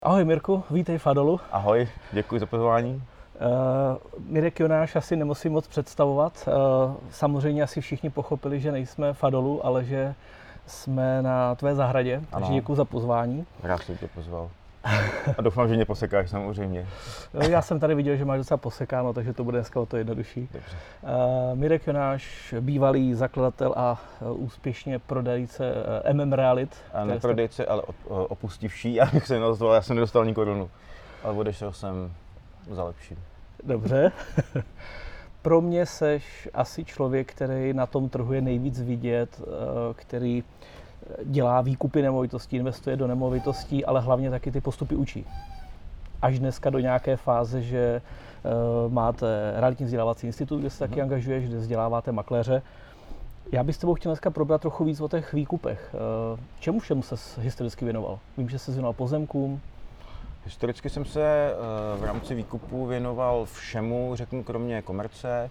Ahoj Mirku, vítej v Fadolu. Ahoj, děkuji za pozvání. Mirek Jonáš asi nemusím moc představovat. Samozřejmě asi všichni pochopili, že nejsme v Fadolu, ale že jsme na tvé zahradě, takže děkuji za pozvání. Rád jsem tě pozval. A doufám, že mě posekáš samozřejmě. Já jsem tady viděl, že máš docela posekáno, takže to bude dneska o to jednodušší. Dobře. Mirek Jonáš, bývalý zakladatel a úspěšně prodejce Realit. A prodejce, ale opustivší, já bych se nazval, já jsem nedostal ani korunu. Ale odešel jsem za lepším. Dobře. Pro mě seš asi člověk, který na tom trhu je nejvíc vidět, který dělá výkupy nemovitostí, investuje do nemovitostí, ale hlavně taky ty postupy učí. Až dneska do nějaké fáze, že máte realitní vzdělávací institut, kde se taky angažuješ, kde vzděláváte makléře. Já bych s tebou chtěl dneska probrat trochu víc o těch výkupech. Čemu všemu ses historicky věnoval? Vím, že se věnoval pozemkům. Historicky jsem se v rámci výkupu věnoval všemu, řeknu kromě komerce.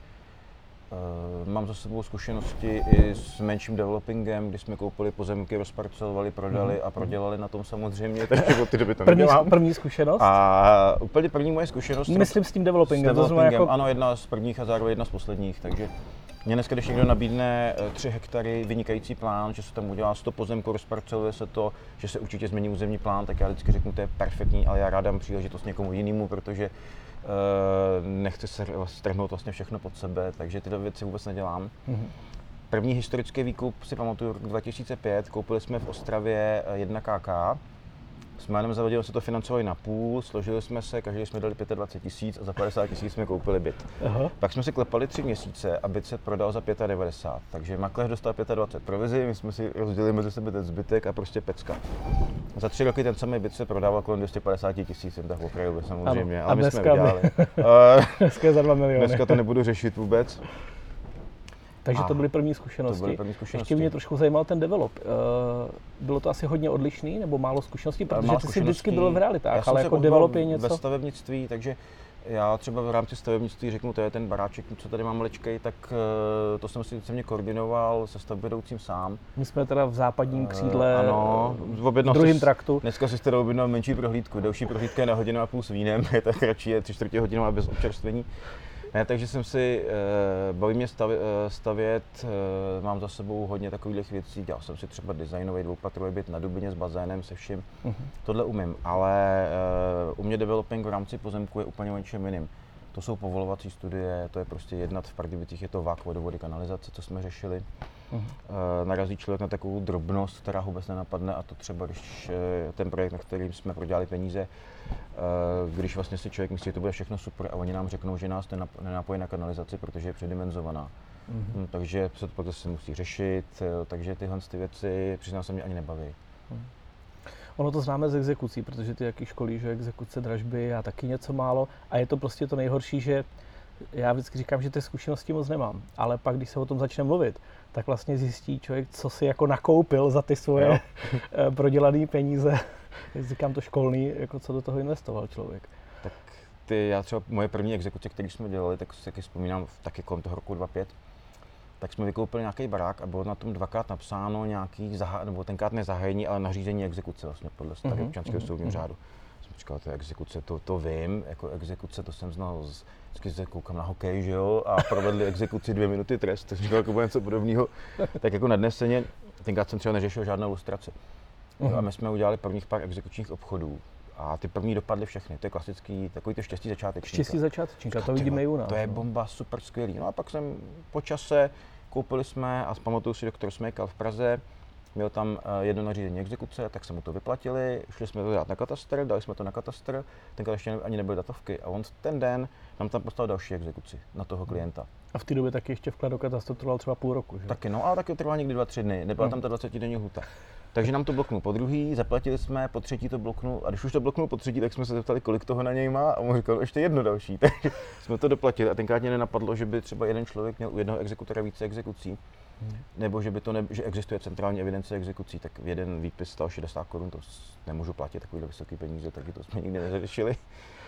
Mám za sebou zkušenosti i s menším developingem, kdy jsme koupili pozemky, rozparcelovali, prodali a prodělali na tom samozřejmě, takže od té doby to nedělám. První zkušenost? A úplně první moje zkušenost. Myslím s tím developingem. Jako... Ano, jedna z prvních a zároveň jedna z posledních, takže mě dneska, když někdo nabídne 3 hektary, vynikající plán, že se tam udělá 100 pozemků, rozparceluje se to, že se určitě změní územní plán, tak já vždycky řeknu, to je perfektní, ale já rád dám příležitost někomu jinému, protože nechci se strhnout vlastně všechno pod sebe, takže tyhle věci vůbec nedělám. První historický výkup si pamatuju rok 2005, koupili jsme v Ostravě 1 KK. S jménem Zavadil se to financovali na půl, složili jsme se, každý jsme dali 25 000 a za 50 000 jsme koupili byt. Aha. Pak jsme si klepali 3 měsíce a byt se prodal za 95, takže makléř dostal 25 provizi, my jsme si rozdělili mezi sebe ten zbytek a prostě pecka. Za 3 roky ten samý byt se prodával kolem 250 000, jen tak okrajově samozřejmě, ale my jsme vydělali. Dneska je za 2 miliony. Dneska to nebudu řešit vůbec. Takže to byly první zkušenosti. Ještě mě trošku zajímal ten develop. Bylo to asi hodně odlišný nebo málo zkušeností, protože ty jsi vždycky byl v realitách, ale jako develop je něco? Ve stavebnictví, takže já třeba v rámci stavebnictví řeknu, to je ten baráček, co tady mám maličkej, tak to jsem si víceméně koordinoval se stavebvedoucím sám. My jsme teda v západním křídle, ano, v druhém traktu. Dneska si teda objednal menší prohlídku, delší prohlídka je na 1,5 hodiny s vínem, je to kratší, je 3/4 hodinová bez občerstvení. Ne, takže jsem si, baví mě stavět, mám za sebou hodně takových věcí, dělal jsem si třeba designový dvoupatrový byt na Dubině s bazénem, se vším, tohle umím, ale u mě developing v rámci pozemku je úplně o něčem jiným. To jsou povolovací studie, to je prostě jednat v Pardubicích, je to VAK, vodovody, kanalizace, co jsme řešili. Narazí člověk na takovou drobnost, která ho vůbec nenapadne, a to třeba, když ten projekt, na kterým jsme prodělali peníze, když vlastně si člověk myslí, že to bude všechno super a oni nám řeknou, že nás nenapojí na kanalizaci, protože je předimenzovaná. Takže se to pak zase musí řešit, takže tyhle věci, přiznám se, mě ani nebaví. Ono to známe z exekucí, protože ty jaký školíš, že exekuce, dražby a taky něco málo, a je to prostě to nejhorší, že já vždycky říkám, že ty zkušenosti moc nemám, ale pak, když se o tom začne mluvit, tak vlastně zjistí člověk, co si jako nakoupil za ty svoje prodělané peníze. Říkám to školný, jako co do toho investoval člověk. Tak já třeba moje první exekuce, které jsme dělali, tak si taky vzpomínám taky kolem toho roku 2005, tak jsme vykoupili nějaký barák a bylo na tom 2krát napsáno nějaký, nebo tenkrát nezahájení, ale nařízení exekuce vlastně podle starého občanského soudního řádu. Jsem říkal, to je exekuce, to vím, jako exekuce, to jsem znal, vždycky se koukám na hokej, že jo, a provedli exekuci 2 minuty trest, to říkal jako něco podobného. Tak jako nadneseně, tenkrát jsem třeba neřešil žádnou ilustraci. A my jsme udělali prvních pár exekučních obchodů. A ty první dopadly všechny, to je klasický, takový to štěstí začátečníka. Štěstí začátečníka, to vidíme i u nás. To je bomba, super skvělý. No a pak jsem po čase, koupili jsme, a pamatuju si, doktor Smejkal v Praze, měl tam jedno nařízení exekuce, tak jsme mu to vyplatili, šli jsme to dát na katastr, dali jsme to na katastr, tenkrát ještě ani nebyly datovky, a on ten den nám tam poslal další exekuci na toho klienta. A v té době taky ještě vklad do katastru trval třeba půl roku, že? Taky no, ale taky trval někdy 2-3 dny, nebyla tam ta 20denní lhůta. Takže nám to bloknul po druhý, zaplatili jsme, po třetí to bloknul, a když už to bloknul po třetí, tak jsme se zeptali, kolik toho na něj má, a on říkal, ještě jedno další. Takže jsme to doplatili, a tenkrát mě nenapadlo, že by třeba jeden člověk měl u jednoho exekutora více exekucí, nebo že by že existuje centrální evidence exekucí, tak jeden výpis stal 60 korun, to nemůžu platit takovýhle vysoký peníze, takže to jsme nikdy neřešili.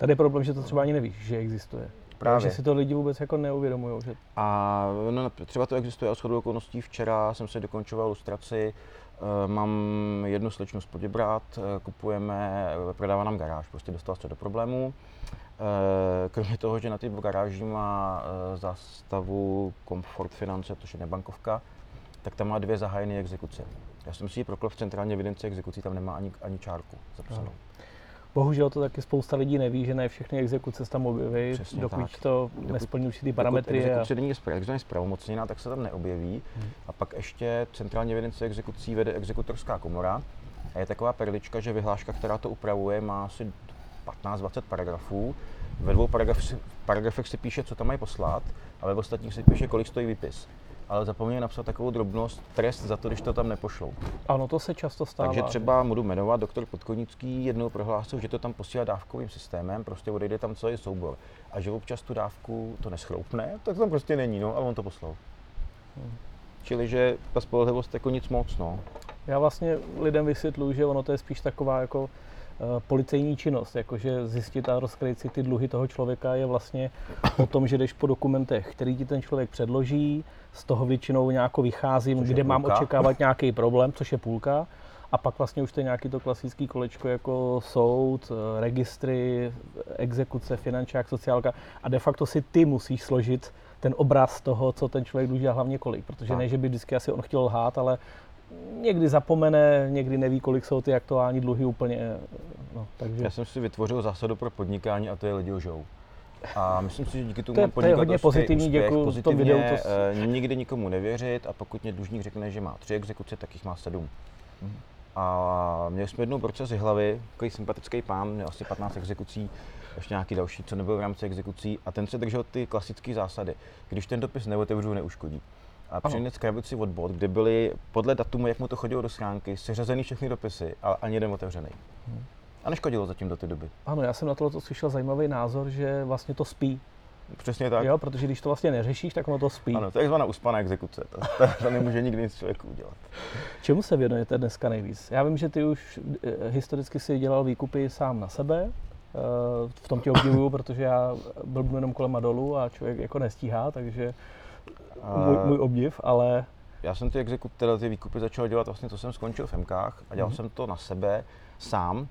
Tady je problém, že to třeba ani nevíš, že existuje. Právě. Že si to lidi vůbec jako neuvědomují. Že... A no, třeba to existuje a shodou okolností včera jsem se dokončoval lustraci, mám jednu slečnu z Poděbrad, prodává nám garáž, prostě dostal se do problémů. Kromě toho, že na té garáži má zástavu Comfort Finance, což je nebankovka, tak tam má 2 zahájené exekuce. Já jsem si ji proklop v centrální evidenci exekucí, tam nemá ani čárku zapsanou. Bohužel to taky spousta lidí neví, že ne všechny exekuce se tam objeví, dokud to nesplní určitý parametry. Dokud exekuce není zpravomocněná, tak se tam neobjeví. A pak ještě centrální evidence exekucí vede exekutorská komora. A je taková perlička, že vyhláška, která to upravuje, má asi 15-20 paragrafů. Ve 2 paragrafech se píše, co tam mají poslat, a ve ostatních se píše, kolik stojí výpis. Ale zapomněli napsat takovou drobnost, trest za to, když to tam nepošlou. Ano, to se často stává. Takže třeba budu jmenovat doktor Podkonický, jednou prohlásil, že to tam posílá dávkovým systémem, prostě odejde tam celý soubor. A že občas tu dávku to neschroupne, tak to tam prostě není, no, a on to poslal. Čili, že ta spolehlivost jako nic moc, no. Já vlastně lidem vysvětluji, že ono to je spíš taková jako policejní činnost, jakože zjistit a rozkryt si ty dluhy toho člověka je vlastně o tom, že jdeš po dokumentech, který ti ten člověk předloží, z toho většinou nějak vycházím, kde mám očekávat nějaký problém, což je půlka, a pak vlastně už to je nějaký to klasický kolečko jako soud, registry, exekuce, finančák, sociálka, a de facto si ty musíš složit ten obraz toho, co ten člověk dluží, a hlavně kolik, protože ne, že by vždycky asi on chtěl lhát, ale někdy zapomene, někdy neví, kolik jsou ty aktuální dluhy úplně. No, takže... Já jsem si vytvořil zásadu pro podnikání, a to je lidi lžou. A myslím si, že díky tomu mám podnikatelský hodně pozitivní, děkuji, pozitivně, nikdy nikomu nevěřit, a pokud mě dlužník řekne, že má 3 exekuce, tak jich má 7. A měli jsme jednou borce z Jihlavy, takový sympatický pán, měl asi 15 exekucí, ještě nějaký další, co nebyl v rámci exekucí, a ten se držel ty klasické zásady. Když ten dopis neotevřu, neuškodí. A přinesl krabici od bod, kde byly podle datumu, jak mu to chodilo do schránky, seřazený všechny dopisy, ale ani jeden otevřený. A neškodilo zatím do té doby. Ano, já jsem na tohle slyšel zajímavý názor, že vlastně to spí. Přesně tak. Jo, protože když to vlastně neřešíš, tak ono to spí. Ano, to je takzvaná uspaná exekuce. To nemůže nikdy nic člověku udělat. Čemu se věnujete dneska nejvíc? Já vím, že ty už historicky si dělal výkupy sám na sebe. V tom tě obdivuju, protože já byl jenom kolem a dolů a člověk jako nestíhá, takže můj obdiv, ale... Já jsem ty výkupy začal dělat vlastně, co jsem skončil v MKách, a dělal jsem to na sebe sám.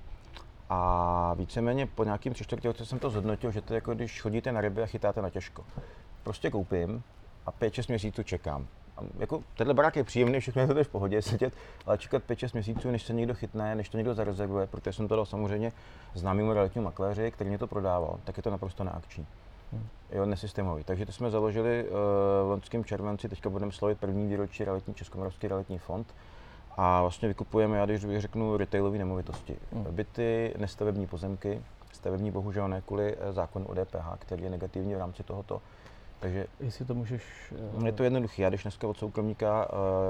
A víceméně po nějakým 3/4 roce jsem to zhodnotil, že to je jako když chodíte na ryby a chytáte na těžko. Prostě koupím a 5-6 měsíců čekám. A jako tenhle barák je příjemný, všechno je to v pohodě sedět, ale čekat 5-6 měsíců, než se někdo chytne, než to někdo zarezervuje, protože jsem to dal samozřejmě známému realitnímu makléři, který mě to prodával, tak je to naprosto neakční. Jo, nesystémový. Takže to jsme založili v loňském červenci, teďka budeme slavit první výročí Českomoravský realitní fond. A vlastně vykupujeme, já když řeknu, retailové nemovitosti. Byty, nestavební pozemky, stavební bohužel ne kvůli zákonu o DPH, který je negativní v rámci tohoto. Takže jestli to můžeš... Je to jednoduché. Já když dneska od soukromníka,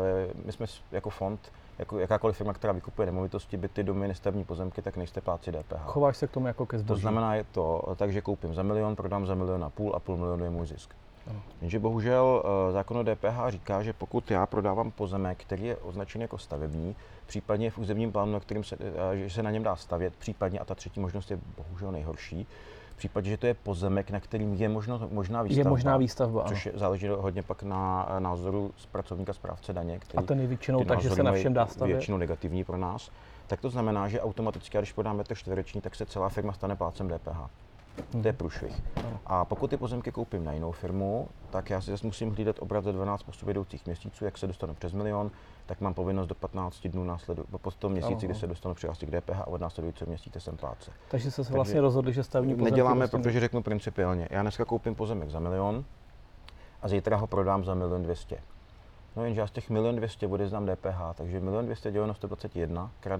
my jsme jako fond, jako jakákoliv firma, která vykupuje nemovitosti, byty, domy, nestavební pozemky, tak nejste plátci DPH. Chováš se k tomu jako ke zboží. To znamená, je to tak, že koupím za 1 milion, prodám za 1,5 milionu a půl milionu je můj zisk. Jenže bohužel zákon o DPH říká, že pokud já prodávám pozemek, který je označený jako stavební, případně v územním plánu, na kterým že se na něm dá stavět, případně, a ta třetí možnost je bohužel nejhorší, v případě, že to je pozemek, na kterým je možná výstavba. Je možná výstavba, což záleží hodně pak na názoru z pracovníka správce daně, který a ten je většinou tak, že se na všem dá stavět. Většinou negativní pro nás. Tak to znamená, že automaticky, když podám metr čtvereční, tak se celá firma stane plátcem DPH. To je průšvih. A pokud ty pozemky koupím na jinou firmu, tak já si zase musím hlídat obrat za 12 posledujících měsíců. Jak se dostanu přes 1 milion, tak mám povinnost do 15 dnů po tom měsíci, kdy se dostanu přihlásit k DPH, a od následujícího měsíce jsem plátce. Takže jste se vlastně rozhodli, že stavební pozemky neděláme, protože řeknu principiálně. Já dneska koupím pozemek za 1 milion a zítra ho prodám za 1,2 milionu. No jenže já z těch 1,2 milionu odevzdám DPH, takže 1,2 milionu děleno 121 krát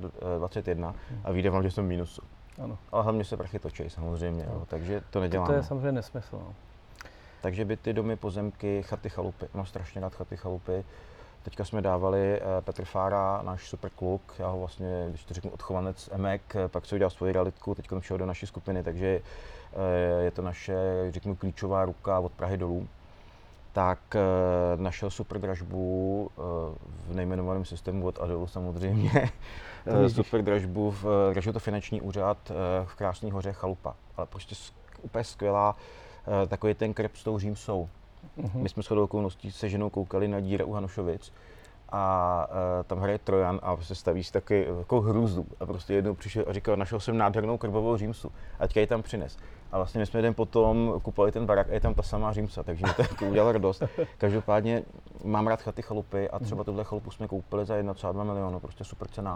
21 a vyjde vám, že jsem v mínusu. Ano. Ale hlavně se prachy točí samozřejmě, takže to neděláme. To je samozřejmě nesmysl. No. Takže byty, domy, pozemky, chaty, chalupy. Mám strašně rád chaty, chalupy. Teďka jsme dávali Petr Fára, náš super kluk, já ho vlastně, když to řeknu, odchovanec Emek, pak se udělal svoji realitku, teď přišel do naší skupiny, takže je to naše, řeknu, klíčová ruka od Prahy dolů. tak našel super dražbu v nejmenovaném systému od Adolu samozřejmě. Super dražbu, dražil to finanční úřad v Krásné Hoře Chalupa. Ale prostě úplně skvělá, takový ten krep s tou Římsou. My jsme shodou okolností se ženou koukali na Díra u Hanušovic a tam hraje Trojan a se staví si takovou hrůzu. A prostě jednou přišel a říkal, našel jsem nádhernou krbovou Římsu a teďka ji tam přines. A vlastně my jsme den potom kupovali ten barák a je tam ta samá Římsa, takže mi to jako udělalo radost. Každopádně mám rád chaty chalupy a třeba tuhle chalupu jsme koupili za 1,2 milionu, prostě super cena.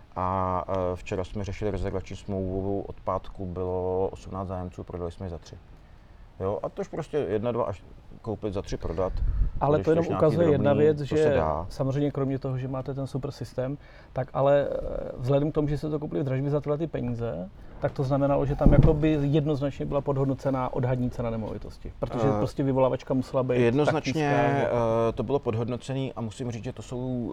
A včera jsme řešili rezervační smlouvu, od pátku bylo 18 zájemců, prodali jsme ji za 3. Jo, a tož prostě 1, 2 až koupit za 3 prodat. Ale to jenom ukazuje jedna věc, že samozřejmě kromě toho, že máte ten super systém, tak ale vzhledem k tomu, že jste to koupili v dražbě za tyhle ty peníze, tak to znamenalo, že tam jakoby jednoznačně byla podhodnocená odhadní cena nemovitosti, protože prostě vyvolávačka musela být jednoznačně to bylo podhodnocený a musím říct, že to jsou,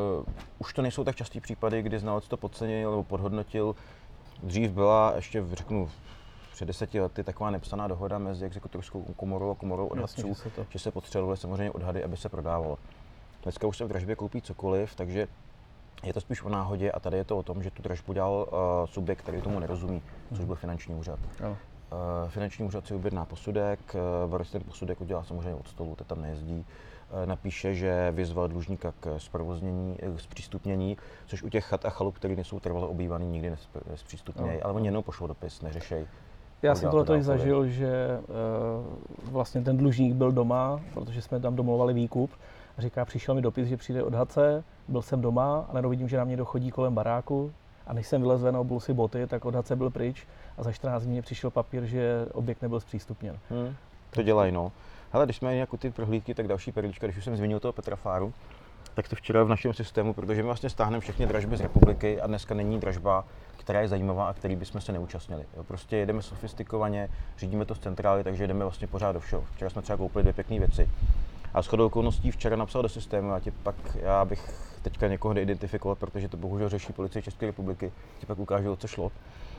už to nejsou tak častý případy, kdy znalec to podcenil nebo podhodnotil. Dřív byla ještě, řeknu, před 10 lety taková nepsaná dohoda mezi exekutorskou komorou a komorou odhadců, že se potřebovaly samozřejmě odhady, aby se prodávalo. Dneska už se v dražbě koupí cokoliv, takže je to spíš o náhodě a tady je to o tom, že tu dražbu dělal subjekt, který tomu nerozumí, což byl finanční úřad. Finanční úřad si objedná posudek, Boris ten posudek udělá samozřejmě od stolu, to tam nejezdí. Napíše, že vyzval dlužníka k zprovoznění, k zpřístupnění, což u těch chat a chalup, které nejsou trvale obývaný, nikdy nespřístupnějí, ale oni jenom pošlou dopis, neřešej. Já jsem tohle zažil, že vlastně ten dlužník byl doma, protože jsme tam domluvali výkup. A říká, přišel mi dopis, že přijde odhadce, byl jsem doma a najednou vidím, že na mě dochodí kolem baráku. A než jsem vylez ven a obul si boty, tak odhadce byl pryč a za 14 dní přišel papír, že objekt nebyl zpřístupněn. To dělají, no. Hele, když jsme jako ty prohlídky, tak další perlička, když už jsem zmínil toho Petra Fáru, tak to včera v našem systému, protože my vlastně stáhneme všechny dražby z republiky a dneska není dražba, která je zajímavá a který bychom se neúčastnili. Jo, prostě jedeme sofistikovaně, řídíme to z centrály, takže jedeme vlastně pořád do všeho. Včera jsme třeba koupili 2 pěkné věci. A shodou okolností včera napsal do systému a já bych teďka někoho neidentifikoval, protože to bohužel řeší Policie České republiky, ti pak ukážu, o co šlo.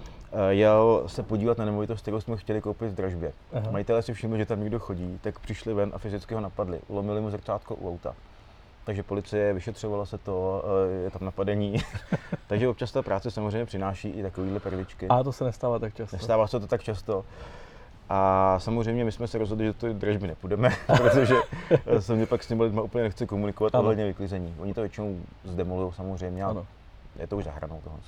Jel se podívat na nemovitost, kterou jsme chtěli koupit v dražbě. Majitelé si všimli, že tam někdo chodí, tak přišli ven a fyzicky ho napadli. Ulomili mu zrcátko u auta. Takže policie vyšetřovala se to, je tam napadení. Takže občas ta práce samozřejmě přináší i takovýhle perličky. A to se nestává tak často. Nestává se to tak často. A samozřejmě my jsme se rozhodli, že do té dražby nepůjdeme, protože se mě pak s těmi lidmi úplně nechce komunikovat ohledně vyklizení. Oni to většinou zdemolují samozřejmě, ale je to už za hranou tohle.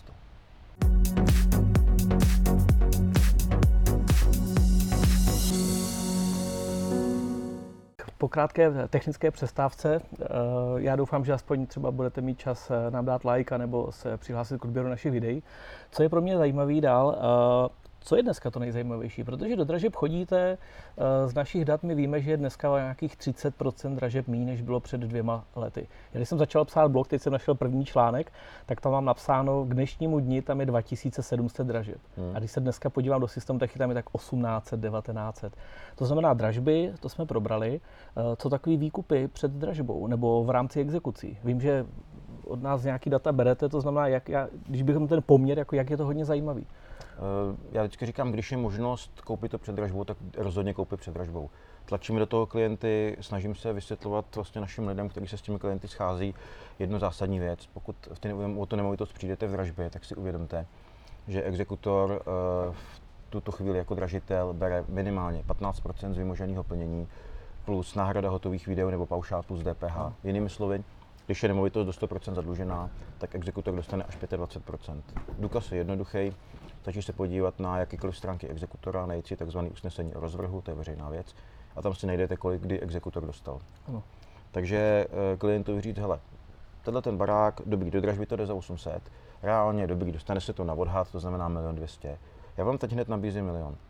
Po krátké technické přestávce, já doufám, že aspoň třeba budete mít čas nám dát like nebo se přihlásit k odběru našich videí. Co je pro mě zajímavý dál, co je dneska to nejzajímavější? Protože do dražeb chodíte, z našich dat my víme, že je dneska nějakých 30% dražeb méně, než bylo před 2 lety. Když jsem začal psát blog, teď jsem našel první článek, tak tam mám napsáno, k dnešnímu dni tam je 2700 dražeb. A když se dneska podívám do systému, tak je tam je tak 1800, 1900. To znamená dražby, to jsme probrali. Co takový výkupy před dražbou nebo v rámci exekucí? Vím, že od nás nějaký data berete, to znamená, když bychom ten poměr, jak je to hodně zajímavý. Já vždycky říkám, když je možnost koupit to před dražbou, tak rozhodně koupit před dražbou. Tlačíme do toho klienty, snažím se vysvětlovat vlastně našim lidem, kteří se s těmi klienty schází, jednu zásadní věc. Pokud o tu nemovitost přijdete v dražbě, tak si uvědomte, že exekutor v tuto chvíli jako dražitel bere minimálně 15% z vymoženého plnění plus náhrada hotových videů nebo paušál plus DPH. Jinými slovy, když je nemovitost do 100% zadlužená, tak exekutor dostane až 25%. Důkaz je jednoduchý. Stačí se podívat na jakýkoliv stránky exekutora, najít si tzv. Usnesení o rozvrhu, to je veřejná věc, a tam si najdete, kolik kdy exekutor dostal. Ano. Takže klientovi říct, hele, tenhle ten barák, dobrý, do dražby to jde za 800, reálně dobrý, dostane se to na odhad, to znamená 1 200 000. Já vám teď hned nabízím 1 000 000.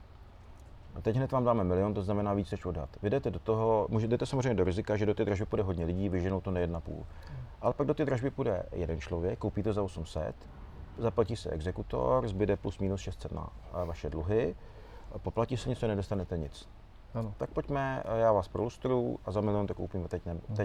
A teď hned vám dáme 1 000 000, to znamená víc než odhad. Vy jdete do toho, jdete samozřejmě do rizika, že do té dražby půjde hodně lidí, vyženou to na 1,5. Ale pak do té dražby půjde jeden člověk, koupí to za 800, zaplatí se exekutor, zbyde plus minus 600 na vaše dluhy, poplatí se nic a nedostanete nic. Ano. Tak pojďme, já vás prolustruju a za 1 000 000 to koupíme teď.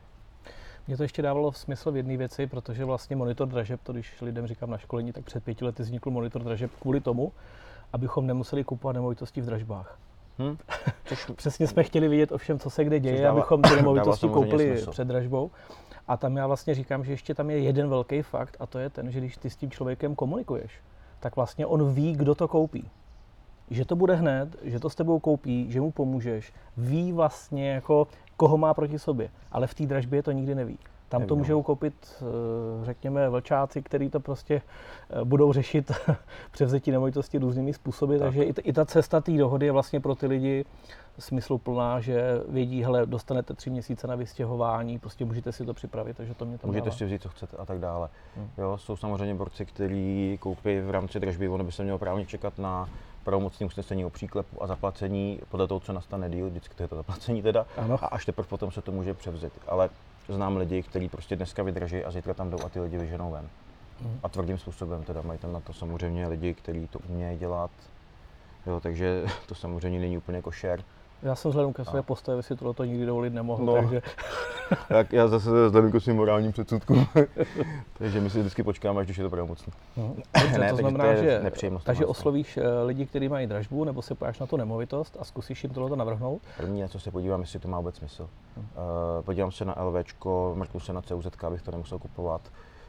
Mně to ještě dávalo smysl v jedné věci, protože vlastně monitor dražeb, to když lidem říkám na školení, tak před 5 lety vznikl monitor dražeb kvůli tomu, abychom nemuseli kupovat nemovitosti v dražbách. Přesně jsme chtěli vidět ovšem, co se kde děje, abychom ty nemovitosti koupili před dražbou. A tam já vlastně říkám, že ještě tam je jeden velký fakt, a to je ten, že když ty s tím člověkem komunikuješ, tak vlastně on ví, kdo to koupí. Že to bude hned, že to s tebou koupí, že mu pomůžeš, ví vlastně jako koho má proti sobě, ale v té dražbě to nikdy neví. Tam to můžou koupit, řekněme, vlčáci, kteří to prostě budou řešit převzetí nemovitosti různými způsoby, tak. Takže i ta cesta té dohody je vlastně pro ty lidi smysluplná, že vědí, hele, dostanete 3 měsíce na vystěhování, prostě můžete si to připravit, takže to mě tam můžete si vzít, co chcete a tak dále. Jo, jsou samozřejmě borci, kteří koupí v rámci dražby, ono by se mělo právě čekat na pravomocné usnesení o příklepu a zaplacení podle toho, co nastane deal, vždycky to je to zaplacení teda, a až teprve potom se to může převzít. Ale znám lidi, kteří prostě dneska vydrží a zítra tam jdou a ty lidi vyženou ven. A tvrdým způsobem teda mají tam na to samozřejmě lidi, kteří to umějí dělat, jo, takže to samozřejmě není úplně košer. Já jsem vzhledem ke své postavě si tohleto nikdy dovolit nemohl, takže... Tak já zase vzhledem ke svým morálním předsudkům, takže my si vždycky počkáme, až když je to pravomocné. To znamená, že takže oslovíš lidi, kteří mají dražbu, nebo se pojáš na tu nemovitost a zkusíš jim tohleto navrhnout? První, na co se podívám, jestli to má vůbec smysl. Podívám se na LVčko, mrknu se na CUZ, abych to nemusel kupovat.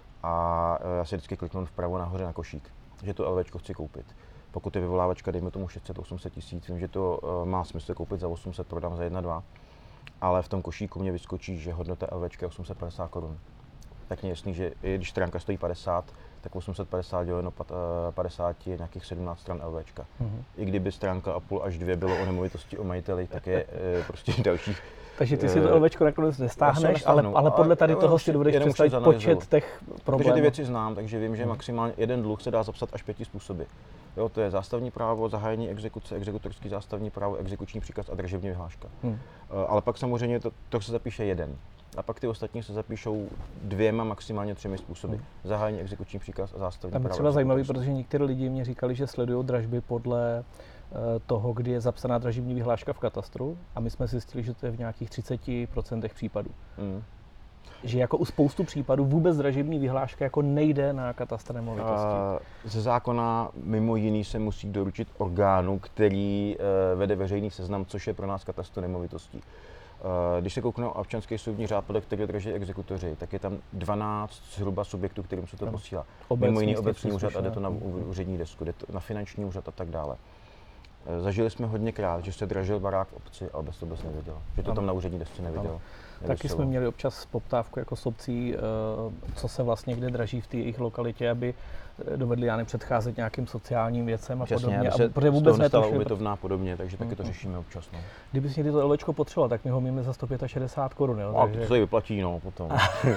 A já si vždycky kliknu vpravo nahoře na košík, že to LVčko chci koupit. Pokud je vyvolávačka, dejme tomu 600-800 tisíc, vím, že to má smysl koupit za 800, prodám za 1-2, ale v tom košíku mě vyskočí, že hodnota LVčka je 850 korun. Tak mě jasný, že když stránka stojí 50, tak 850 děleno 50 je nějakých 17 stran LVčka. I kdyby stránka a půl až 2 bylo o nemovitosti, o majiteli, tak je prostě dalších. Takže ty si to LVčko nakonec nestáhneš, ale podle tady toho si dovedeš představit počet těch problémů. Takže ty věci znám, takže vím, že maximálně jeden dluh se dá zapsat až 5 způsoby. Jo, to je zástavní právo, zahájení exekuce, exekutorský zástavní právo, exekuční příkaz a dražební vyhláška. Ale pak samozřejmě to se zapíše jeden. A pak ty ostatní se zapíšou 2, maximálně 3 způsoby. Zahájení, exekuční příkaz a zástavní právo. Tam je třeba zajímavý, protože některé lidi mě říkali, že sledují dražby podle toho, kdy je zapsaná dražební vyhláška v katastru, a my jsme zjistili, že to je v nějakých 30% případů. Že jako u spoustu případů vůbec dražební vyhláška jako nejde na katastr nemovitosti. Ze zákona mimo jiný se musí doručit orgánu, který vede veřejný seznam, což je pro nás katastr nemovitostí. Když se kouknu na občanský soudní řád, podle kterého drží exekutoři, tak je tam 12 zhruba subjektů, kterým se to posílá. Mimo jiný obecní úřad a jde to na úřední desku, jde to na finanční úřad a tak dále. Zažili jsme hodněkrát, že se dražil barák v obci a obec to vůbec nevěděla, že to tam na úřední desce neviděl. Taky jsme měli občas poptávku jako s obcí, co se vlastně kde draží v té jejich lokalitě, aby dovedli předcházet nějakým sociálním věcem a podobně. Protože vůbec nestala ubytovna a podobně, takže taky to řešíme občas. No. Kdybys někdy to LVčko potřeboval, tak my ho míme za 165 korun. A takže... to se vyplatí, no, potom.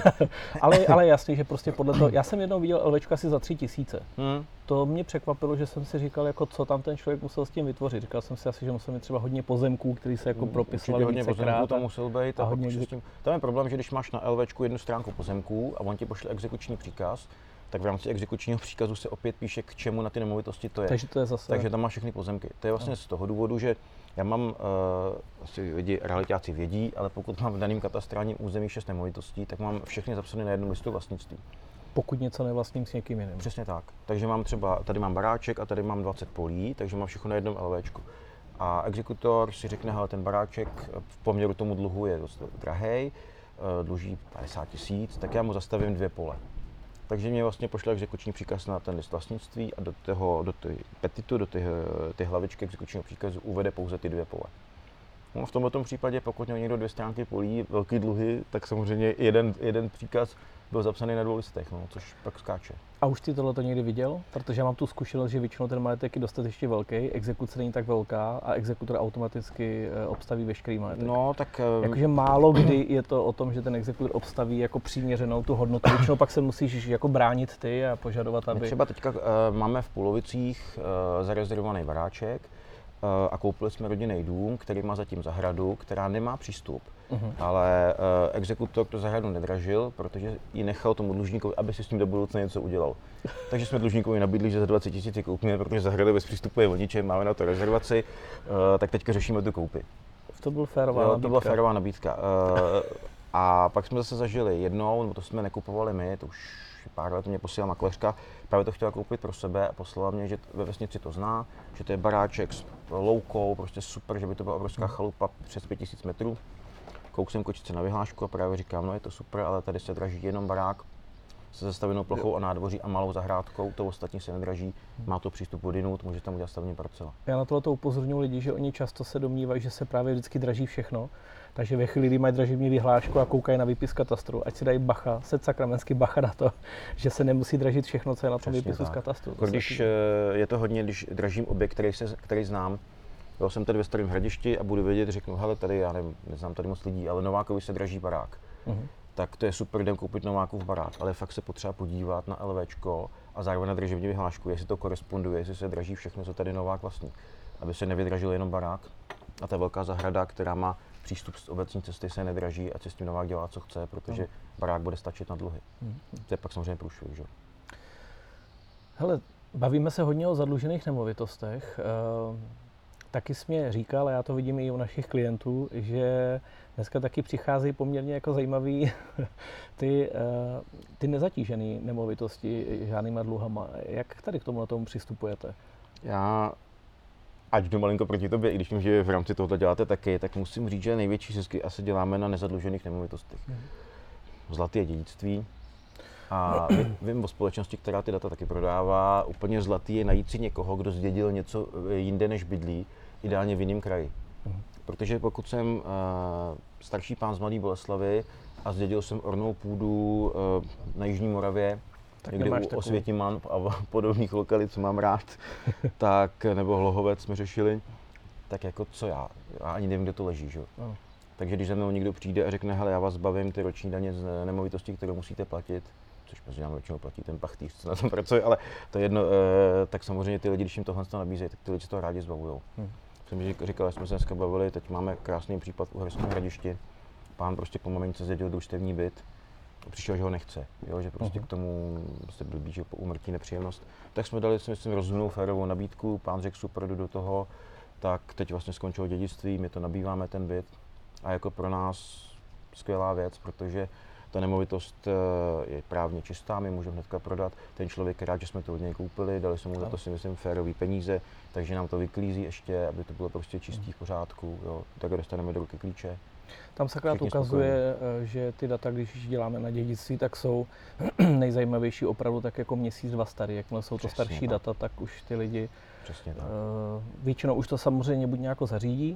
ale jasně, že prostě podle toho, já jsem jednou viděl LVčko asi za 3 000. To mě překvapilo, že jsem si říkal, jako co tam ten člověk musel s tím vytvořit. Říkal jsem si asi, že musel mít třeba hodně pozemků, který se jako propisovaly vícekrát. Hodně pozemků tam musel být a hodně tam je problém, že když máš na LVčku jednu stránku pozemků a on ti pošle exekuční příkaz, tak v rámci exekučního příkazu se opět píše, k čemu na ty nemovitosti to je. Takže tam máš všechny pozemky. To je vlastně z toho důvodu, že já mám, asi lidi, realitáci vědí, ale pokud mám v daném katastrálním území 6 nemovitostí, tak mám všechny zapsané na jednom listu vlastnictví. Pokud něco nevlastním s někým jiným. Přesně tak. Takže mám třeba, tady mám baráček a tady mám 20 polí, takže mám všechno na jednom LVčku. A exekutor si řekne, hele, ten baráček v poměru tomu dluhu je dost drahej, dluží 50 000, tak já mu zastavím 2 pole. Takže mě vlastně pošle exekuční příkaz na ten list vlastnictví a do té petitu, do té hlavičky exekučního příkazu uvede pouze ty 2 pole. No, v tomto případě, pokud měl někdo 2 stránky polí, velký dluhy, tak samozřejmě jeden příkaz byl zapsaný na 2 listech, no, což pak skáče. A už ty tohle někdy viděl? Protože já mám tu zkušenost, že většinou ten majetek je dostatečně velký, exekuce není tak velká a exekutor automaticky obstaví veškerý majetek. No, tak... Jakože málo kdy je to o tom, že ten exekutor obstaví jako přiměřenou tu hodnotu. Většinou pak se musíš jako bránit ty a požadovat, aby... My třeba teďka máme v Půlovicích zarezervovaný baráček a koupili jsme rodinný dům, který má zatím zahradu, která nemá přístup. Ale exekutor tu zahradu nedražil, protože ji nechal tomu dlužníkovi, aby si s ním do budoucna něco udělal. Takže jsme dlužníkovi nabídli, že za 20 000 ji koupíme, protože zahrada bez přístupu je o ničem, máme na to rezervaci, tak teďka řešíme tu koupi. To byl férová nabídka. To byla férová nabídka. A pak jsme zase zažili jednou, to jsme nekupovali my, to už už pár let mě posílala makléřka, právě to chtěla koupit pro sebe a poslala mě, že ve vesnici to zná, že to je baráček s loukou, prostě super, že by to byla obrovská chalupa přes 5000 metrů. Kouk jsem kočice na vyhlášku a právě říkám, no je to super, ale tady se draží jenom barák se zastavenou plochou a nádvoří a malou zahrádkou, to ostatní se nedraží, má to přístup odinut, může tam udělat stavební parcela. Já na tohle upozorňuji lidi, že oni často se domnívají, že se právě vždycky draží všechno, takže ve chvíli, kdy mají dražební vyhlášku a koukají na výpis katastru, ať si dají bacha, sakramensky bacha na to, že se nemusí dražit všechno, co je na tom výpisu z katastru. Když je to hodně, když dražím objekt, který znám, jo, jsem tady ve Starém Hradišti a budu vědět, řeknu, hele, tady, já nevím, neznám tady moc lidí, ale Novákovi se draží barák. Tak to je super, jdem koupit Novákův barák, ale fakt se potřeba podívat na LVčko a zároveň na dražební vyhlášku, jestli to koresponduje, jestli se draží všechno, co tady Novák vlastní. Aby se nevydražil jenom barák a ta velká zahrada, která má přístup z obecní cesty, se nedraží a si s tím Novák dělá, co chce, protože barák bude stačit na dluhy. To je pak samozřejmě průšvih, že? Hele, bavíme se hodně o zadlužených nemovitostech. Taky jsi mě říkal, a já to vidím i u našich klientů, že dneska taky přicházejí poměrně jako zajímavý ty nezatížené nemovitosti žádnýma dluhama. Jak tady k tomu přistupujete? Já, ať jdu malinko proti tobě, i když vím, že v rámci tohoto děláte taky, tak musím říct, že největší zisky asi děláme na nezadlužených nemovitostech. Zlaté dědictví. A vím o společnosti, která ty data taky prodává. Úplně zlatý je najít si někoho, kdo zdědil něco jinde než bydlí, ideálně v jiném kraji. Protože pokud jsem starší pán z Mladé Boleslavi a zdědil jsem ornou půdu na Jižní Moravě, tak někde u Osvětiman a podobných lokalit, co mám rád, tak, nebo Hlohovec jsme řešili, tak jako co já ani nevím, kde to leží, že? Takže když za mnou někdo přijde a řekne, hele, já vás bavím ty roční daně z nemovitosti, kterou musíte platit, což mezi námi většinou platí ten pachtýř, co na tom pracuje, ale to je jedno, tak samozřejmě ty lidi, když jim tohle nabízejí, tak ty lidi se toho rádi zbavujou. Jsem říkal, že jsme se dneska bavili, teď máme krásný případ v Uherském Hradišti. Pán prostě po mamince zdědil družstevní byt, přišel, že ho nechce, jo, že prostě k tomu prostě blbý, že po úmrtí nepříjemnost. Tak jsme dali, si myslím, rozumnou férovou nabídku, pán řekl super, jdu do toho, tak teď vlastně skončilo dědictví, my to nabýváme ten byt a jako pro nás skvělá věc, protože ta nemovitost je právně čistá, my můžeme hnedka prodat. Ten člověk je rád, že jsme to od něj koupili, dali jsme mu za to, si myslím, férový peníze, takže nám to vyklízí ještě, aby to bylo prostě čistý v pořádku, jo. Tak dostaneme do ruky klíče. Tam se krát ukazuje, že ty data, když děláme na dědictví, tak jsou nejzajímavější opravdu tak jako měsíc, dva starý. Jakmile jsou to starší data, tak už ty lidi většinou už to samozřejmě buď nějak zařídí.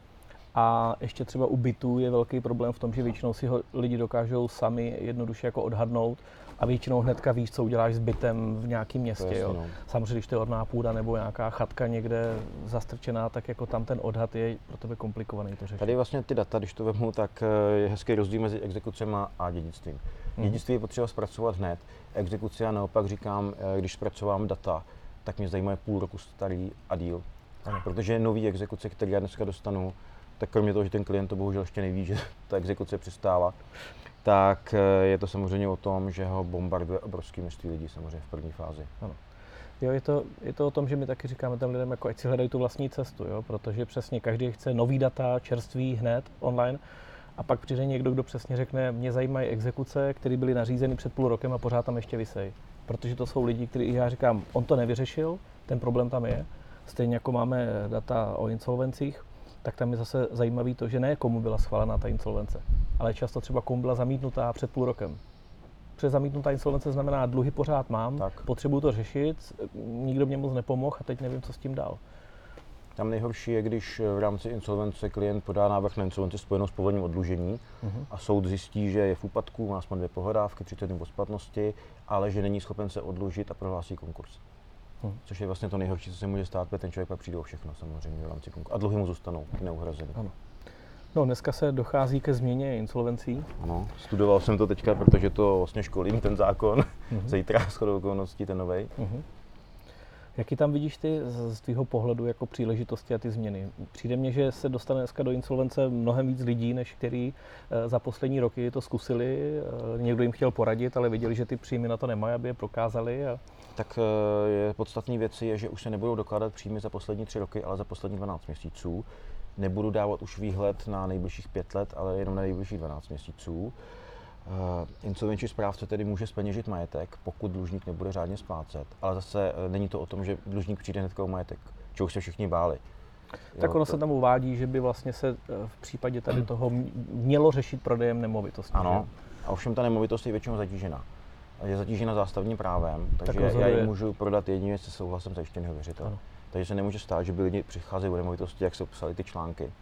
A ještě třeba u bytů je velký problém v tom, že většinou si ho lidi dokážou sami jednoduše jako odhadnout a většinou hnedka víš, co uděláš s bytem v nějakém městě. Jo. Samozřejmě, když to je orná půda nebo nějaká chatka někde zastrčená, tak jako tam ten odhad je pro tebe komplikovaný to řešit. Tady vlastně ty data, když to vezmu, tak je hezký rozdíl mezi exekucema a dědictvím. Dědictví je potřeba zpracovat hned, exekuce já naopak říkám, když zpracovám data, tak mě zajímá půl roku starý a díl. Protože nový exekuce, které já dneska dostanu, tak kromě toho, že ten klient to bohužel ještě neví, že ta exekuce přistála, tak je to samozřejmě o tom, že ho bombarduje obrovské množství lidí samozřejmě v první fázi. Ano. Jo, je to o tom, že my taky říkáme těm lidem, jako ať si hledají tu vlastní cestu, jo? Protože přesně každý chce nový data, čerstvý, hned, online, a pak přijde někdo, kdo přesně řekne, mě zajímají exekuce, které byly nařízeny před půl rokem a pořád tam ještě visejí. Protože to jsou lidi, kteří, já říkám, on to nevyřešil, ten problém tam je, stejně jako máme data o insolvencích, tak tam je zase zajímavý to, že ne komu byla schválená ta insolvence, ale často třeba komu byla zamítnutá před půl rokem. Protože zamítnutá insolvence znamená, dluhy pořád mám, potřebuju to řešit, nikdo mě moc nepomohl a teď nevím, co s tím dál. Tam nejhorší je, když v rámci insolvence klient podá návrh na insolvenci spojenou s povolením oddlužení a soud zjistí, že je v úpadku, má aspoň 2 pohledávky, 30 dnů po splatnosti, ale že není schopen se oddlužit a prohlásí konkurs. Což je vlastně to nejhorší, co se může stát, protože ten člověk pak přijde o všechno samozřejmě v rámci konkursu. A dluhy mu zůstanou neuhrazené. Ano. No, dneska se dochází ke změně insolvencí. Ano, studoval jsem to teďka, protože to vlastně školím, ten zákon. Zítra shodou okolností ten novej. Jaký tam vidíš ty z tvýho pohledu jako příležitosti a ty změny? Přijde mně, že se dostane dneska do insolvence mnohem víc lidí, než kteří za poslední roky to zkusili. Někdo jim chtěl poradit, ale viděli, že ty příjmy na to nemají, aby je prokázali. Tak je podstatný věci je, že už se nebudou dokládat příjmy za poslední 3 roky, ale za poslední 12 měsíců. Nebudu dávat už výhled na nejbližších 5 let, ale jenom na nejbližších 12 měsíců. Insolvenční správce tedy může zpeněžit majetek, pokud dlužník nebude řádně splácet, ale zase není to o tom, že dlužník přijde hnedka o majetek, čeho se všichni báli. Tak ono se tam uvádí, že by vlastně se v případě tady toho mělo řešit prodejem nemovitosti. Ano, že? a ovšem ta nemovitost je většinou zatížena. Je zatížena zástavním právem, takže tak já ji můžu prodat jedině se souhlasem zajištěného věřitele. Ano. Takže se nemůže stát, že by lidi přicházeli o nemovitosti, jak se psaly ty články.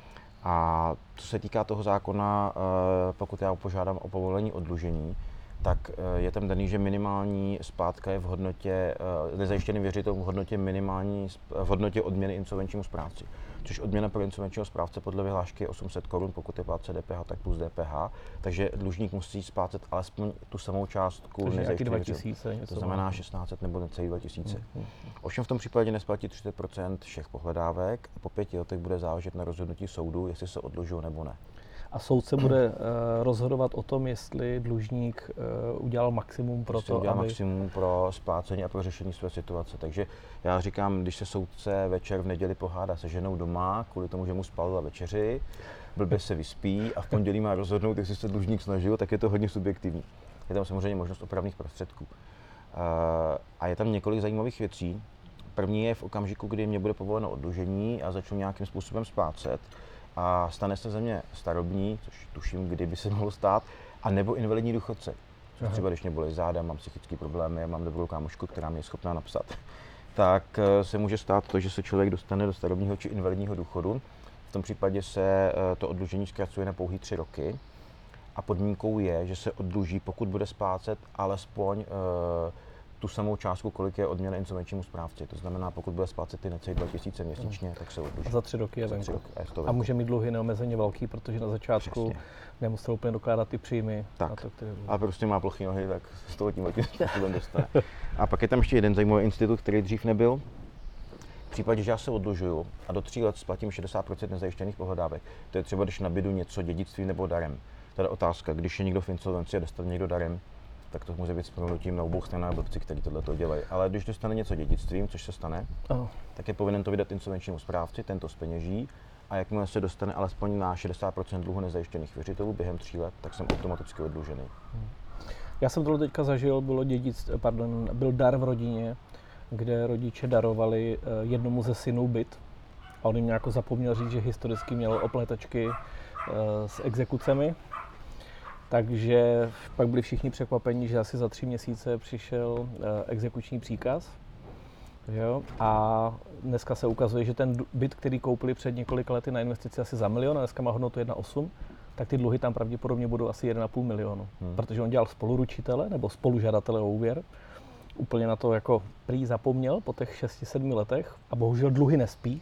A co se týká toho zákona, pokud já požádám o povolení oddlužení, tak je tam daný, že minimální splátka je v hodnotě, nezajištěný věřitel v hodnotě v hodnotě odměny insolvenčnímu správci. Což odměna pro insolvenčního správce podle vyhlášky je 800 Kč, pokud je plátce DPH, tak plus DPH. Takže dlužník musí splácet alespoň tu samou částku nezajištěného věřitele. To znamená 1600 nebo necelý 2000. Ovšem v tom případě nesplatí 30% všech pohledávek a po 5 letech bude záležet na rozhodnutí soudu, jestli se oddlužují nebo ne. A soudce bude rozhodovat o tom, jestli dlužník udělal maximum pro to, udělal maximum pro splácení a pro řešení své situace. Takže já říkám, když se soudce večer v neděli pohádá se ženou doma, kvůli tomu, že mu spalila večeři, blbě se vyspí a v pondělí má rozhodnout, jestli se dlužník snažil, tak je to hodně subjektivní. Je tam samozřejmě možnost opravných prostředků. A je tam několik zajímavých věcí. První je v okamžiku, kdy mě bude povoleno oddlužení a začnu nějakým způsobem splácet, a stane se ze mě starobní, což tuším, kdy by se mohlo stát, a nebo invalidní důchodce. Což třeba když mě bolí záda, mám psychické problémy, mám dobrou kámošku, která mě je schopná napsat, tak se může stát to, že se člověk dostane do starobního či invalidního důchodu. V tom případě se to oddlužení zkracuje na pouhý 3 roky a podmínkou je, že se oddluží, pokud bude splácet alespoň tu samou částku, kolik je odměna insolvenčnímu správci. To znamená, pokud bude splácet ty necelé 2000 měsíčně, tak se oddluží. A za 3 roky je venku. A může mít dluhy neomezeně velký, protože na začátku nemusel úplně dokládat ty příjmy. Tak. A prostě má plochý nohy, tak z toho tím způsobem dostane. A pak je tam ještě jeden zajímavý institut, který dřív nebyl. V případě, že já se oddlužuju a do 3 let splatím 60% nezajištěných pohledávek, to je třeba, když nabídu něco dědictvím nebo darem. Teda otázka, když je někdo v insolvenci a dostane někdo darem, tak to může být s prominutím na obou stranách blbci, kteří tohle dělají. Ale když dostane něco dědictvím, což se stane, tak je povinen to vydat insolvenčnímu správci, ten to zpeněží a jakmile se dostane alespoň na 60% dluhu nezajištěných věřitelů během 3 let, tak jsem automaticky oddlužený. Já jsem tohle teďka zažil, byl dar v rodině, kde rodiče darovali jednomu ze synů byt a on jim nějak zapomněl říct, že historicky měl opletačky s exekucemi. Takže pak byli všichni překvapení, že asi za 3 měsíce přišel exekuční příkaz. Jo? A dneska se ukazuje, že ten byt, který koupili před několika lety na investici asi za 1 milion, a dneska má hodnotu 1,8, tak ty dluhy tam pravděpodobně budou asi 1,5 milionu. Protože on dělal spoluručitele nebo spolužadatele o úvěr. Úplně na to jako prý zapomněl po těch 6-7 letech a bohužel dluhy nespí.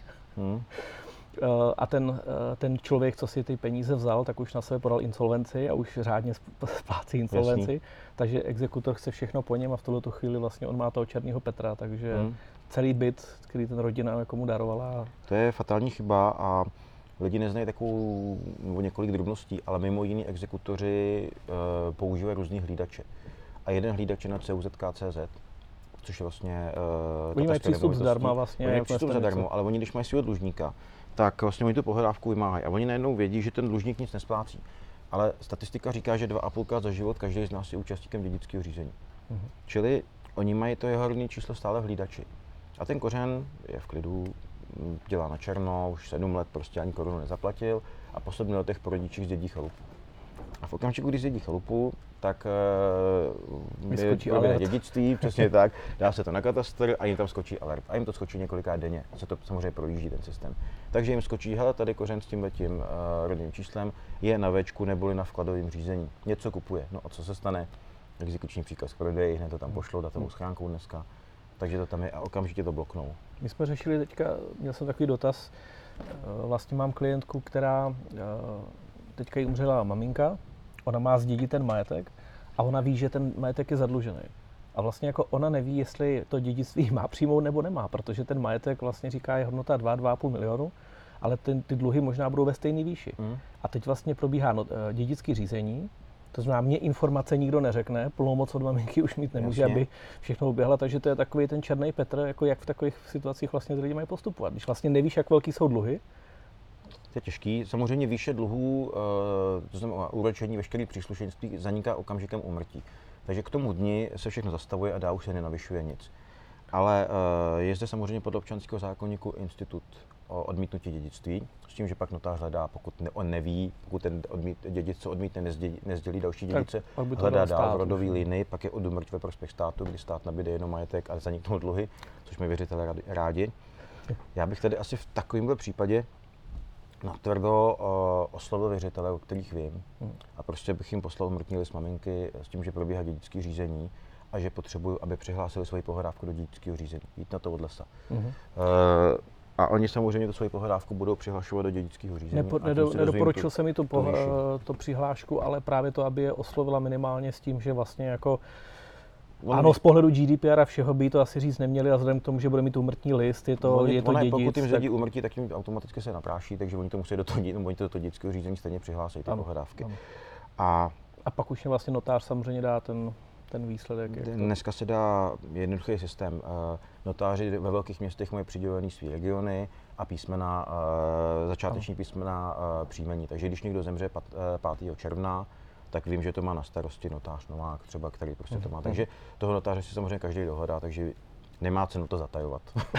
A ten člověk, co si ty peníze vzal, tak už na sebe podal insolvenci a už řádně splácí insolvenci. Jasný. Takže exekutor chce všechno po něm a v tuhletu chvíli vlastně on má toho černého Petra, takže celý byt, který ten rodina jako mu darovala. To je fatální chyba a lidi neznají takovou nebo několik drobností, ale mimo jiný exekutoři používají různý hlídače. A jeden hlídač je na CUZK.cz, což je vlastně oni mají přístup zdarma vlastně. Oni mají přístup zadarmo, ale oni, když mají svého dlužníka, tak vlastně oni tu pohledávku vymáhají a oni najednou vědí, že ten dlužník nic nesplácí. Ale statistika říká, že 2,5krát za život každý z nás je účastníkem dědického řízení. Čili oni mají to jeho rodné číslo stále v hlídači. A ten kořen je v klidu, dělá na černo, už 7 let prostě ani korunu nezaplatil a po 7 letech po rodičích zdědí chalupu. A v okamžiku, když zdědí chalupu, tak je dědictví, přesně tak, dá se to na katastr a jim tam skočí alert. A jim to skočí několikrát denně, se to samozřejmě projíždí ten systém. Takže jim skočí, hele, tady kořen s tímhletím rodným číslem je na véčku neboli na vkladovém řízení. Něco kupuje. No a co se stane? Exekuční příkaz k prodeji, hned to tam pošlou datovou schránkou dneska. Takže to tam je a okamžitě to bloknou. My jsme řešili teďka, měl jsem takový dotaz, vlastně mám klientku, která teďka jí umřela maminka, ona má zdědit ten majetek a ona ví, že ten majetek je zadlužený. A vlastně jako ona neví, jestli to dědictví má přijmout nebo nemá, protože ten majetek vlastně říká je hodnota 2,5 milionu, ale ty dluhy možná budou ve stejné výši. A teď vlastně probíhá dědické řízení, to znamená, mě informace nikdo neřekne, plnou moc od maminky už mít nemůže, jasně, aby všechno uběhla, takže to je takový ten černý Petr, jako jak v takových situacích vlastně ty lidi mají postupovat. Když vlastně nevíš, jak velký jsou dluhy, To je těžký. Samozřejmě výše dluhů, to znamená úročení veškerých příslušenství, zaniká okamžikem úmrtí. Takže k tomu dni se všechno zastavuje a dál už se nenavyšuje nic. Ale je zde samozřejmě podle občanského zákoníku institut o odmítnutí dědictví, s tím, že pak notář hledá, pokud on neví, pokud ten dědic, co odmítne, nezdělí další dědice, hledá dál v rodové linii, pak je odumrť ve prospěch státu, kdy stát nabíde jenom majetek a zaniknou dluhy, což mají věřitelé rádi. Já bych tady asi v takovémhle případě natvrdo oslovil věřitele, o kterých vím, a prostě bych jim poslal umrtní list maminky s tím, že probíhá dědické řízení a že potřebuju, aby přihlásili svoji pohledávku do dědického řízení. Jít na to od lesa. A oni samozřejmě tu svoji pohledávku budou přihlašovat do dědického řízení. Nedoporučil jsem mi tu přihlášku, ale právě to, aby je oslovila minimálně s tím, že vlastně jako ano, z pohledu GDPR a všeho by to asi říct neměli a vzhledem k tomu, že bude mít úmrtní list, je to dědic. Pokud jim zdědí úmrtí, tak jim automaticky se napráší, takže oni to musí do toho dědického řízení stejně přihlásí, ty pohledávky. A pak už je vlastně notář samozřejmě dá ten výsledek. Dneska se dá jednoduchý systém. Notáři ve velkých městech mají přidělený svý regiony a písmena, začáteční písmena příjmení. Takže když někdo zemře 5. června, tak vím, že to má na starosti notář Novák třeba, který prostě to má. Takže toho notáře si samozřejmě každý dohledá, takže nemá cenu to zatajovat.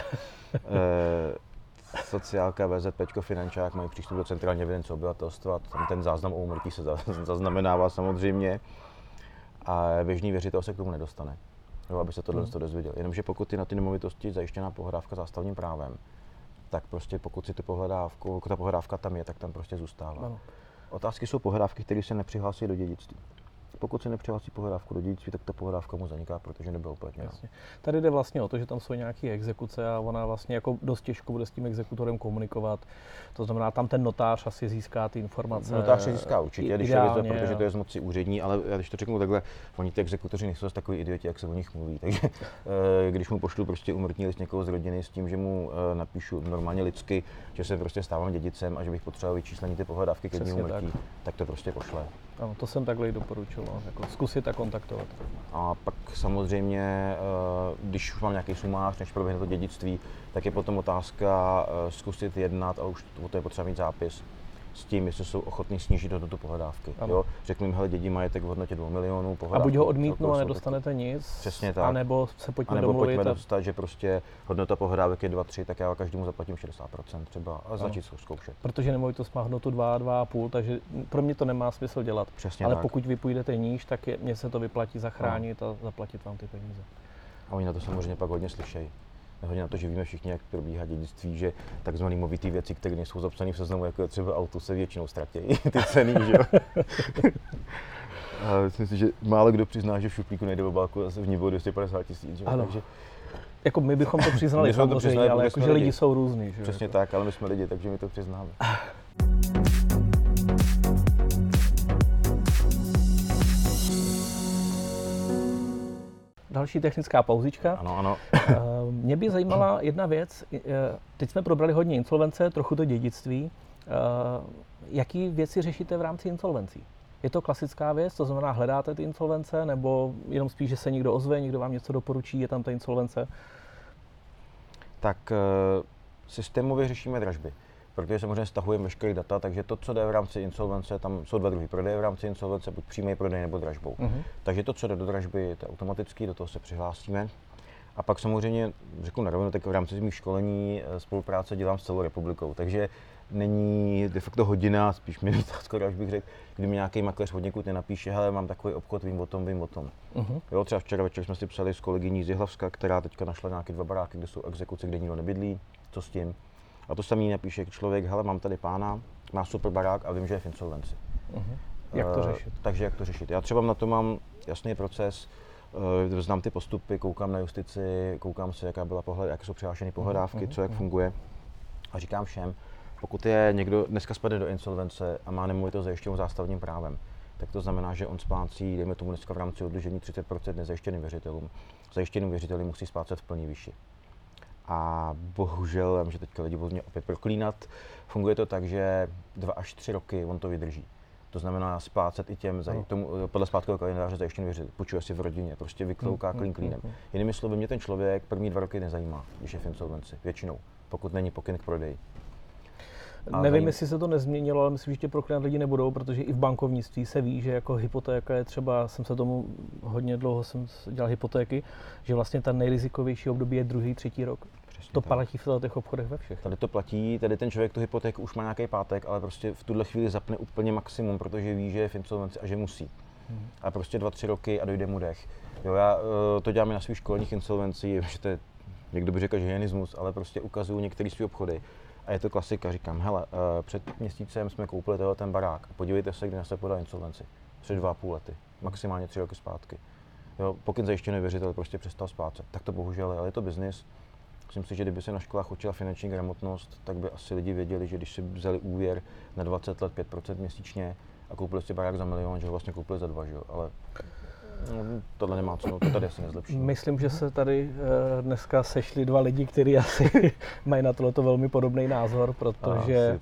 Sociálka, VZPčko, finančák mají přístup do centrální evidence obyvatelstva, tam ten záznam o úmrtí se zaznamenává samozřejmě. A běžný věřitel se k tomu nedostane, aby se tohle dozvěděl. Jenomže pokud je na ty nemovitosti zajištěná pohledávka zástavním právem, tak prostě pokud si tu pohledávku, ta pohledávka tam je, tak tam prostě zůstává. Ano. Otázky jsou pohledávky, které se nepřihlásí do dědictví. Pokud se nepřihlásí pohledávku do dědictví, tak ta pohledávka mu zaniká, protože nebyla uplatněna. Tady jde vlastně o to, že tam jsou nějaké exekuce a ona vlastně jako dost těžko bude s tím exekutorem komunikovat. To znamená, tam ten notář asi získá ty informace. Notář se získá určitě, když je věc, protože to je z moci úřední, ale já když to řeknu takhle, oni ty exekutoři nejsou takový idioti, jak se o nich mluví. Takže když mu pošlu prostě úmrtní list někoho z rodiny s tím, že mu napíšu normálně lidsky, že se prostě stávám dědicem a že bych potřeboval vyčíslení ty pohledávky ke dní úmrtí, tak to prostě pošle. Ano, to jsem takhle i doporučil, jako zkusit a kontaktovat. A pak samozřejmě, když už mám nějaký sumář, než proběhne to dědictví, tak je potom otázka zkusit jednat, a už to je potřeba mít zápis, s tím, jestli jsou ochotní snížit hodnotu pohledávky. Jo? Řeknu jim, hele, dědí majetek v hodnotě 2 milionů, pohledávku. A buď ho odmítnu a nedostanete nic, přesně tak. Anebo se pojďme domluvit. Pojďme dostat, že prostě hodnota pohledávek je 2-3, tak já každému zaplatím 60% třeba a začít zkoušet. Protože nemovitost má hodnotu 2,5, takže pro mě to nemá smysl dělat. Přesně ale tak. Pokud vy půjdete níž, tak mně se to vyplatí zachránit a zaplatit vám ty peníze. A oni na to samozřejmě pak hodně slyšejí. Hodně na to, že víme všichni, jak probíhá dědictví, že takzvané movité věci, které nejsou zapsané v seznamu, jako je třeba auto, se většinou ztratí ty ceny, že jo. A myslím si, že málo kdo přizná, že v šuplíku nejde v obálku a v ní bylo 250 000, takže... Jako my bychom to přiznali samozřejmě, ale jakože lidi jsou různý, že? Přesně tak, ale my jsme lidi, takže my to přiznáme. Další technická pauzička. Ano. Mě by zajímala jedna věc. Teď jsme probrali hodně insolvence, trochu to dědictví. Jaký věci řešíte v rámci insolvencí? Je to klasická věc, to znamená hledáte ty insolvence, nebo jenom spíš, že se někdo ozve, někdo vám něco doporučí, je tam ta insolvence? Tak systémově řešíme dražby, protože samozřejmě stahujeme veškeré data, takže to, co jde v rámci insolvence, tam jsou dva druhy prodeje v rámci insolvence, buď přímý prodej nebo dražbou. Takže to, co jde do dražby, to je automaticky, do toho se přihlásíme. A pak samozřejmě, řeknu na rovinu, tak v rámci mých školení spolupráce dělám s celou republikou, takže není de facto hodina, spíš minuta, skoro až bych řekl, kdy mi nějaký makléř od někud nenapíše, hele, mám takový obchod, vím o tom. Jo, třeba včera večer jsme si psali s kolegyní z Jihlavska, která teďka našla nějaké 2 baráky, kde jsou exekuce, kde nikdo nebydlí, co s tím. A to samý napíše člověk, hele, mám tady pána, má super barák a vím, že je v insolvenci. Jak to řešit? Takže jak to řešit? Já třeba na to mám jasný proces, znám ty postupy, koukám na justici, koukám se, jaké jsou přihlášené pohledávky, co jak funguje. A říkám všem, pokud je někdo dneska spadne do insolvence a má nemovitost zajištěnou zástavním právem, tak to znamená, že on splácí, dejme tomu dneska v rámci oddlužení 30% nezajištěným věřitelům. Zajištěným věřiteli musí splácet v plný výši. A bohužel, já vím, že teďka lidi budou mě opět proklínat, funguje to tak, že 2 až 3 roky on to vydrží. To znamená splácet i těm, podle splátkového kalendáře zajištěným věřitelům, půjčuje si v rodině, prostě vyklouká klín klínem. Jinými slovy, mě ten člověk první 2 roky nezajímá, když je v insolvenci, většinou, pokud není pokyn k prodeji. Nevím, jestli se to nezměnilo, ale myslím, že tě proklinat lidi nebudou, protože i v bankovnictví se ví, že jako hypotéka je třeba, jsem se tomu hodně dlouho jsem dělal hypotéky, že vlastně ta nejrizikovější období je druhý, třetí rok. Přesně to platí v těch obchodech ve všech. Tady to platí, tady ten člověk tu hypotéku už má nějaký pátek, ale prostě v tuhle chvíli zapne úplně maximum, protože ví, že je v insolvenci a že musí. A prostě 2-3 roky a dojde mu dech. Jo, já to dělám i na svých školních insolvencích, že to je, někdo by řekl, že hyenismus, ale prostě ukazuju některé své obchody. A je to klasika, říkám, hele, před měsícem jsme koupili ten barák a podívejte se, kdy nás se podal insolvenci. Před 2,5 lety, maximálně 3 roky zpátky. Jo, pokud zajištěný věřitel prostě přestal splácet, tak to bohužel je, ale je to biznis. Myslím si, že kdyby se na školách učila finanční gramotnost, tak by asi lidi věděli, že když si vzali úvěr na 20 let 5% měsíčně a koupili si barák za 1 milion, že ho vlastně koupili za 2, že jo, ale tohle nemá cenu, to tady asi nezlepší. Myslím, že se tady dneska sešli 2 lidi, kteří asi mají na tohleto velmi podobný názor, protože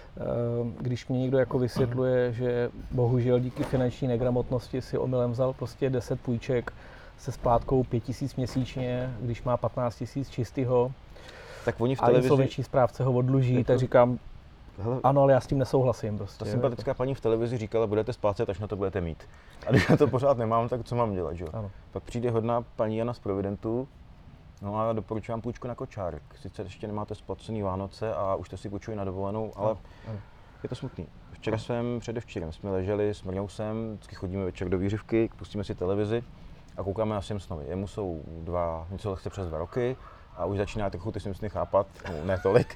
když mě někdo jako vysvětluje, že bohužel díky finanční negramotnosti si omylem vzal prostě 10 půjček se splátkou 5 000 měsíčně, když má 15 000 čistého, tak oni v televizi, a insolvenční správce ho odluží, tak říkám, hele, ano, ale já s tím nesouhlasím prostě. Ta sympatická paní v televizi říkala, budete splácet, až na to budete mít. A když na to pořád nemám, tak co mám dělat, že? Pak přijde hodná paní Jana z Providentu, no a doporučuji vám půjčku na kočárek. Sice ještě nemáte splacený Vánoce a už jste si půjčili na dovolenou, ale je to smutný. Předevčírem jsme leželi s Mrňousem, vždycky chodíme večer do výřivky, pustíme si televizi a koukáme na Simpsonovi. Jemu jsou něco lehce přes 2 roky a už začíná trochu ty Simpsony chápat, no, ne tolik,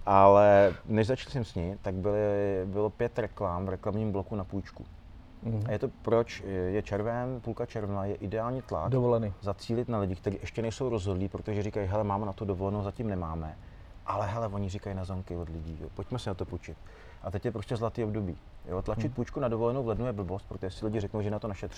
ale než začali Simpsoni, tak bylo 5 reklam v reklamním bloku na půjčku. A je to proč? Je červen, půlka června, je ideální tlak zacílit na lidi, kteří ještě nejsou rozhodlí, protože říkají, hele, máme na to dovolenou, zatím nemáme. Ale hele, oni říkají na zonky od lidí, jo, pojďme si na to půjčit. A teď je prostě zlatý období. Jo, tlačit půjčku na dovolenou v lednu je blbost, protože si lidi řeknou, že na to našetří.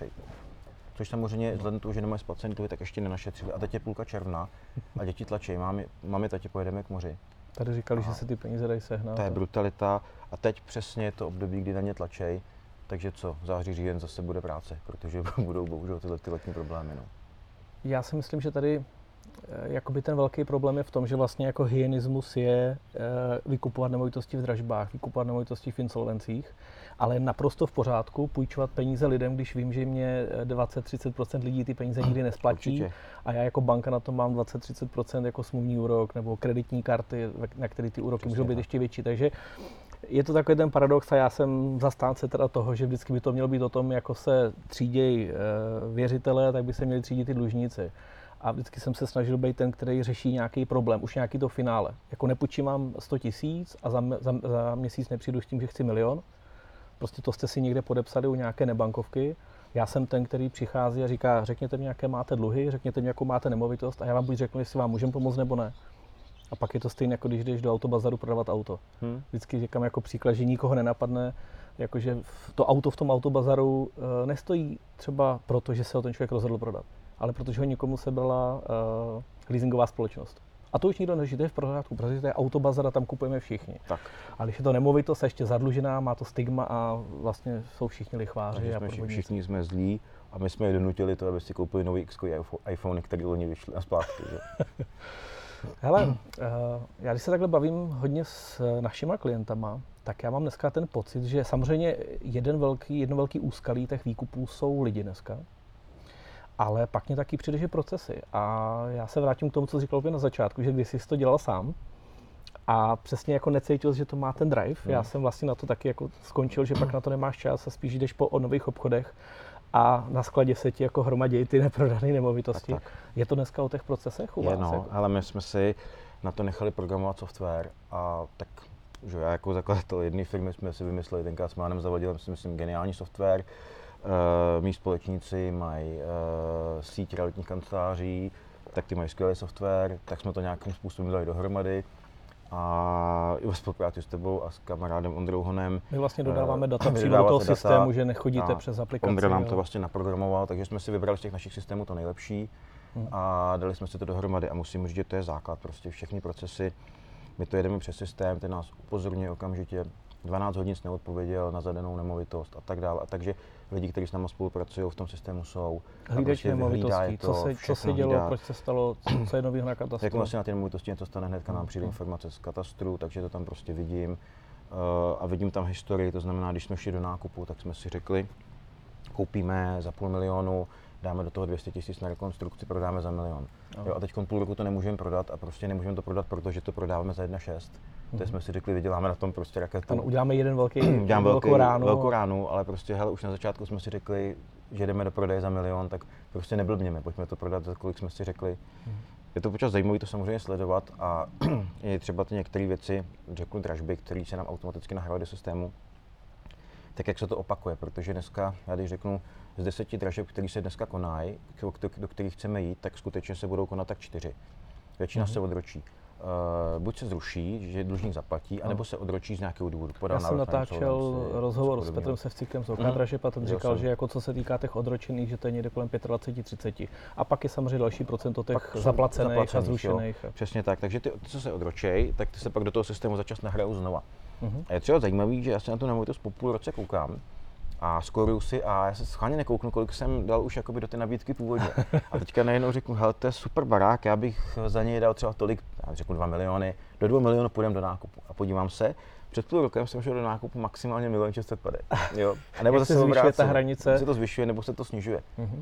Což samozřejmě vzhledem tomu, že nemají splacený dluhy, tak ještě nenašetřili. A teď je půlka června a děti tlačí, mami, tati, pojedeme k moři. Tady říkali, že se ty peníze dají sehnat. To je brutalita a teď přesně je to období, kdy na ně tlačí. Takže co, září, říjen zase bude práce, protože budou bohužel ty letní problémy. No. Já si myslím, že tady jakoby ten velký problém je v tom, že vlastně jako hyenismus je vykupovat nemovitosti v dražbách, vykupovat nemovitosti v insolvencích, ale je naprosto v pořádku půjčovat peníze lidem, když vím, že mě 20-30% lidí ty peníze nikdy nesplatí. Určitě. A já jako banka na tom mám 20-30% jako smluvní úrok nebo kreditní karty, na které ty úroky můžou být ještě větší. Takže je to takový ten paradox a já jsem zastánce teda toho, že vždycky by to mělo být o tom, jako se třídějí věřitelé, tak by se měli třídit ty dlužníci. A vždycky jsem se snažil být ten, který řeší nějaký problém, už nějaký to finále. Jako nepůjčím vám 100 000 a za měsíc nepřijdu s tím, že chci 1 milion. Prostě to jste si někde podepsali u nějaké nebankovky. Já jsem ten, který přichází a říká, řekněte mi, jaké máte dluhy, řekněte mi, jakou máte nemovitost a já vám buď řeknu, jestli vám můžeme pomoct nebo ne. A pak je to stejné, jako když jdeš do autobazaru prodávat auto. Vždycky říkám jako příklad, že nikoho nenapadne, jakože to auto v tom autobazaru nestojí třeba proto, že se ho ten člověk rozhodl prodat, ale protože ho někomu sebrala leasingová společnost. A to už nikdo neřeší, to je v pořádku, protože to je autobazar a tam kupujeme všichni. Tak. Ale když je to nemovitost a ještě zadlužená, má to stigma a vlastně jsou všichni lichváři. Všichni jsme zlí a my jsme je donutili to, aby si koupili nový iPhone, který loni vyšly na splátky. Hele, já když se takhle bavím hodně s našima klientama, tak já mám dneska ten pocit, že samozřejmě jedno velký úskalí těch výkupů jsou lidi dneska, ale pak mě taky přijde, že procesy. A já se vrátím k tomu, co říkal na začátku, že když jsi to dělal sám a přesně jako necítil, že to má ten drive. Já jsem vlastně na to taky jako skončil, že pak na to nemáš čas a spíš jdeš po nových obchodech a na skladě se ti jako hromadějí ty neprodané nemovitosti. Tak. Je to dneska o těch procesech u vás? No, ale my jsme si na to nechali programovat software a tak, že já jako zakladatel jedné firmy jsme si vymysleli, tenkrát jsme nám zavadili, myslím, geniální software. Mí společníci mají síť realitních kanceláří, tak ty mají skvělý software, tak jsme to nějakým způsobem dali dohromady. A i ve spolupráci s tebou a s kamarádem Ondrou Honem. My vlastně dodáváme data přímo do toho systému, že nechodíte přes aplikaci. Ondra nám to vlastně naprogramoval, takže jsme si vybrali z těch našich systémů to nejlepší a dali jsme si to dohromady a musím říct, že to je základ, prostě všechny procesy. My to jedeme přes systém, ten nás upozorňuje okamžitě, 12 hodin neodpověděl na zadanou nemovitost a tak dále. A takže lidi, kteří s námi spolupracují, v tom systému jsou. Hlídač nemovitostí, co se dělo, proč se stalo, co je nového na katastru? Jak vlastně na ty nemovitosti něco stane, hnedka nám přijde informace z katastru, takže to tam prostě vidím. a vidím tam historii, to znamená, když jsme šli do nákupu, tak jsme si řekli, koupíme za 500 000, dáme do toho 200 000 na rekonstrukci, prodáme za 1 000 000. Jo, a teď půl roku to nemůžeme prodat a prostě nemůžeme to prodat, protože to prodáváme za 1,6. To jsme si řekli, vyděláme na tom prostě raketu. Ano, uděláme jeden velkou ránu, ale prostě hele, už na začátku jsme si řekli, že jdeme do prodeje za 1 000 000, tak prostě neblbněme, pojďme to prodat za kolik jsme si řekli. Je to počas zajímavé to samozřejmě sledovat a je třeba ty některé věci, řeknu dražby, které se nám automaticky nahrávají do systému, tak jak se to opakuje, protože dneska, já když řeknu, z 10 dražeb, které se dneska konají, do kterých chceme jít, tak skutečně se budou konat tak 4. Většina se odročí. Buď se zruší, že dlužník zaplatí, anebo se odročí z nějakého důvodu. Já jsem natáčel rozhovor s Petrem Sevcíkem z OK Dražeb a ten říkal, že jako co se týká těch odročených, že to je někde kolem 25-30. A pak je samozřejmě další procento těch zaplacených a zrušených. Jo. Přesně tak, takže ty, co se odročej, tak ty se pak do toho systému začas nahrajou znova. A je třeba zajímavý, že já se na tu nemovitost po půl roce koukám a skoruju si a já se schválně nekouknu, kolik jsem dal už jakoby do té nabídky původně. A teďka najednou řeknu, hele, to je super barák, já bych za něj dal třeba tolik, já řeknu 2 miliony, do 2 milionů půjdeme do nákupu. A podívám se, před půl rokem jsem šel do nákupu maximálně 1 650 000. Jo. A nebo se zvyšuje ta hranice? Se to zvyšuje, nebo se to snižuje.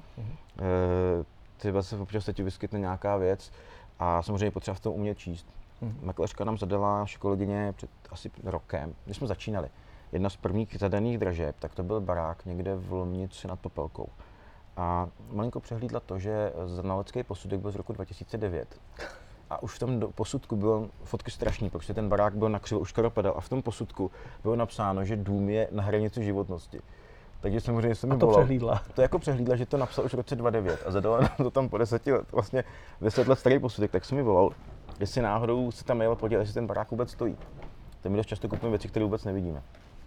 Třeba se občas ti vyskytne nějaká věc a samozřejmě potřeba v tom umět číst. Makléřka nám zadala naše kolegyně před asi rokem, když jsme začínali. Jedna z prvních zadaných dražeb, tak to byl barák někde v Lomnici nad Popelkou. A malinko přehlídla to, že znalecký posudek byl z roku 2009. A už v tom posudku bylo fotky strašný, protože ten barák byl nakřivo, už skoro padal. A v tom posudku bylo napsáno, že dům je na hranici životnosti. Takže samozřejmě jsem mi volal. Přehlídla. To jako přehlídla, že to napsal už v roce 2009 a zadala nám to tam po 10 let, vlastně 10 let starý posudek, tak jsem mi volal, jestli náhodou se tam jel podívat, jestli ten barák vůbec stojí. To my dost často kupujeme věci, které vůbec nevidíme.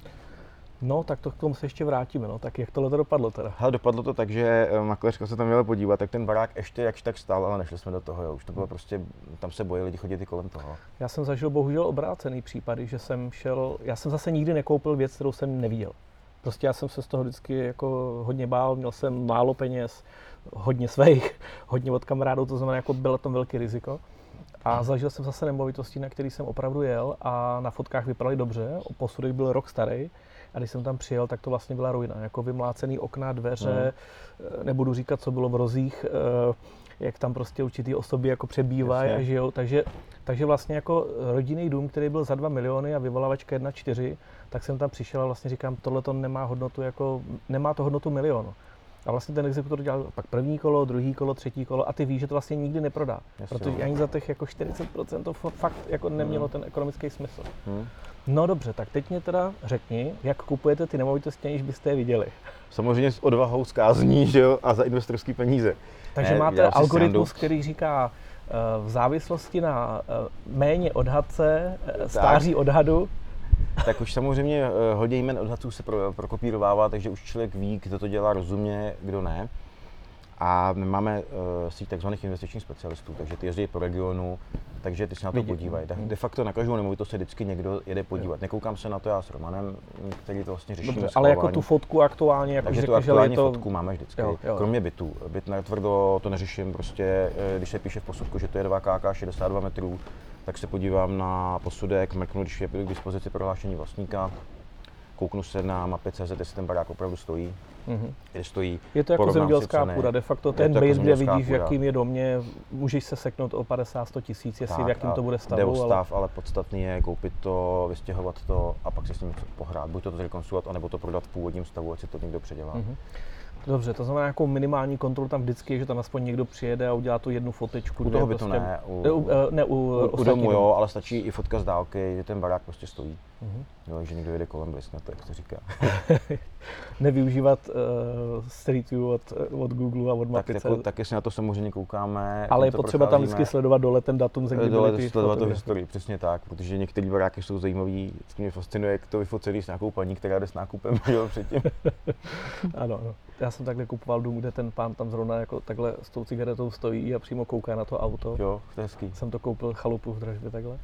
No, tak to k tomu se ještě vrátíme, no. Tak jak tohle to dopadlo teda? Hele, dopadlo to tak, že makléřka se tam měla podívat, tak ten barák ještě jakž tak stál, ale nešli jsme do toho, jo. Už to bylo prostě, tam se bojili lidi chodit i kolem toho. Já jsem zažil bohužel obrácený případy, že já jsem zase nikdy nekoupil věc, kterou jsem neviděl. Prostě já jsem se z toho vždycky jako hodně bál, měl jsem málo peněz, hodně svých, hodně od kamarádů, to znamená, jako bylo tam velký riziko. A zažil jsem zase nemovitosti, na který jsem opravdu jel a na fotkách vypadaly dobře, posudek byl rok starý. A když jsem tam přijel, tak to vlastně byla ruina, jako vymlácený okna, dveře, nebudu říkat, co bylo v rozích, jak tam prostě určitý osoby jako přebývají a žijou. Takže vlastně jako rodinný dům, který byl za 2 miliony a vyvolavačka 1,4, tak jsem tam přišel a vlastně říkám, tohle to nemá hodnotu, jako nemá to hodnotu milionu. A vlastně ten exekutor dělal pak první kolo, druhý kolo, třetí kolo a ty víš, že to vlastně nikdy neprodá. Protože ani za těch jako 40% to fakt jako nemělo ten ekonomický smysl. No dobře, tak teď mě teda řekni, jak kupujete ty nemovitosti, aniž byste je viděli. Samozřejmě s odvahou, s kázní, že jo, a za investorský peníze. Takže máte algoritmus, který říká v závislosti na méně odhadce, stáří odhadu. Tak už samozřejmě hodně jmen odhadců se prokopírovává, takže už člověk ví, kdo to dělá rozumně, kdo ne. A my máme síť takzvaných investičních specialistů, takže ty jezdí po regionu, takže ty se na to podívají. De facto na každou nemovitost se vždycky někdo jede podívat. Nekoukám se na to já s Romanem, který to vlastně řešíme. Dobře, ale jako tu fotku aktuálně, jako takže řekne, tu aktuální to... fotku máme vždycky. Jo. Kromě bytů. Byt natvrdo to neřeším, prostě když se píše v posudku, že to je 2 kk 62 metrů, tak se podívám na posudek, mrknu, když je k dispozici prohlášení vlastníka, kouknu se na mapy.cz, jestli ten barák opravdu stojí. Kde stojí. Je to jako zemědělská půda, de facto ten byt, kde vidíš, v jakým je domě, můžeš se seknout o 50-100 tisíc, jestli v jakým to bude stavu. Jde o stav, ale podstatný je koupit to, vystěhovat to a pak si s ním pohrát. Buď to zrekonstruovat, anebo to prodat v původním stavu, ať si to někdo předělá. Dobře, to znamená, jako minimální kontrolu tam vždycky je, že tam aspoň někdo přijede a udělá tu jednu fotečku. U toho bytu prostě, ne, u domu jo, ale stačí i fotka z dálky, že ten barák prostě stojí. Jo, že někdo jede kolem blízko, tak se říká. Nevyužívat Street View od Google a od mapy. Taky si na to samozřejmě koukáme. Ale je potřeba tam vždycky sledovat dole ten datum, kdy byly ty sledovat tu historii, přesně tak, protože některé baráky jsou zajímavý. Mě fascinuje, jak to vyfocený s nějakou paní, která jde s nákupem předtím. Ano. Já jsem takhle kupoval dům, kde ten pán tam zrovna jako takhle s tou cigaretou stojí a přímo kouká na to auto. Jo, to je hezký. Jsem to koupil chalupu v Dražbě takhle.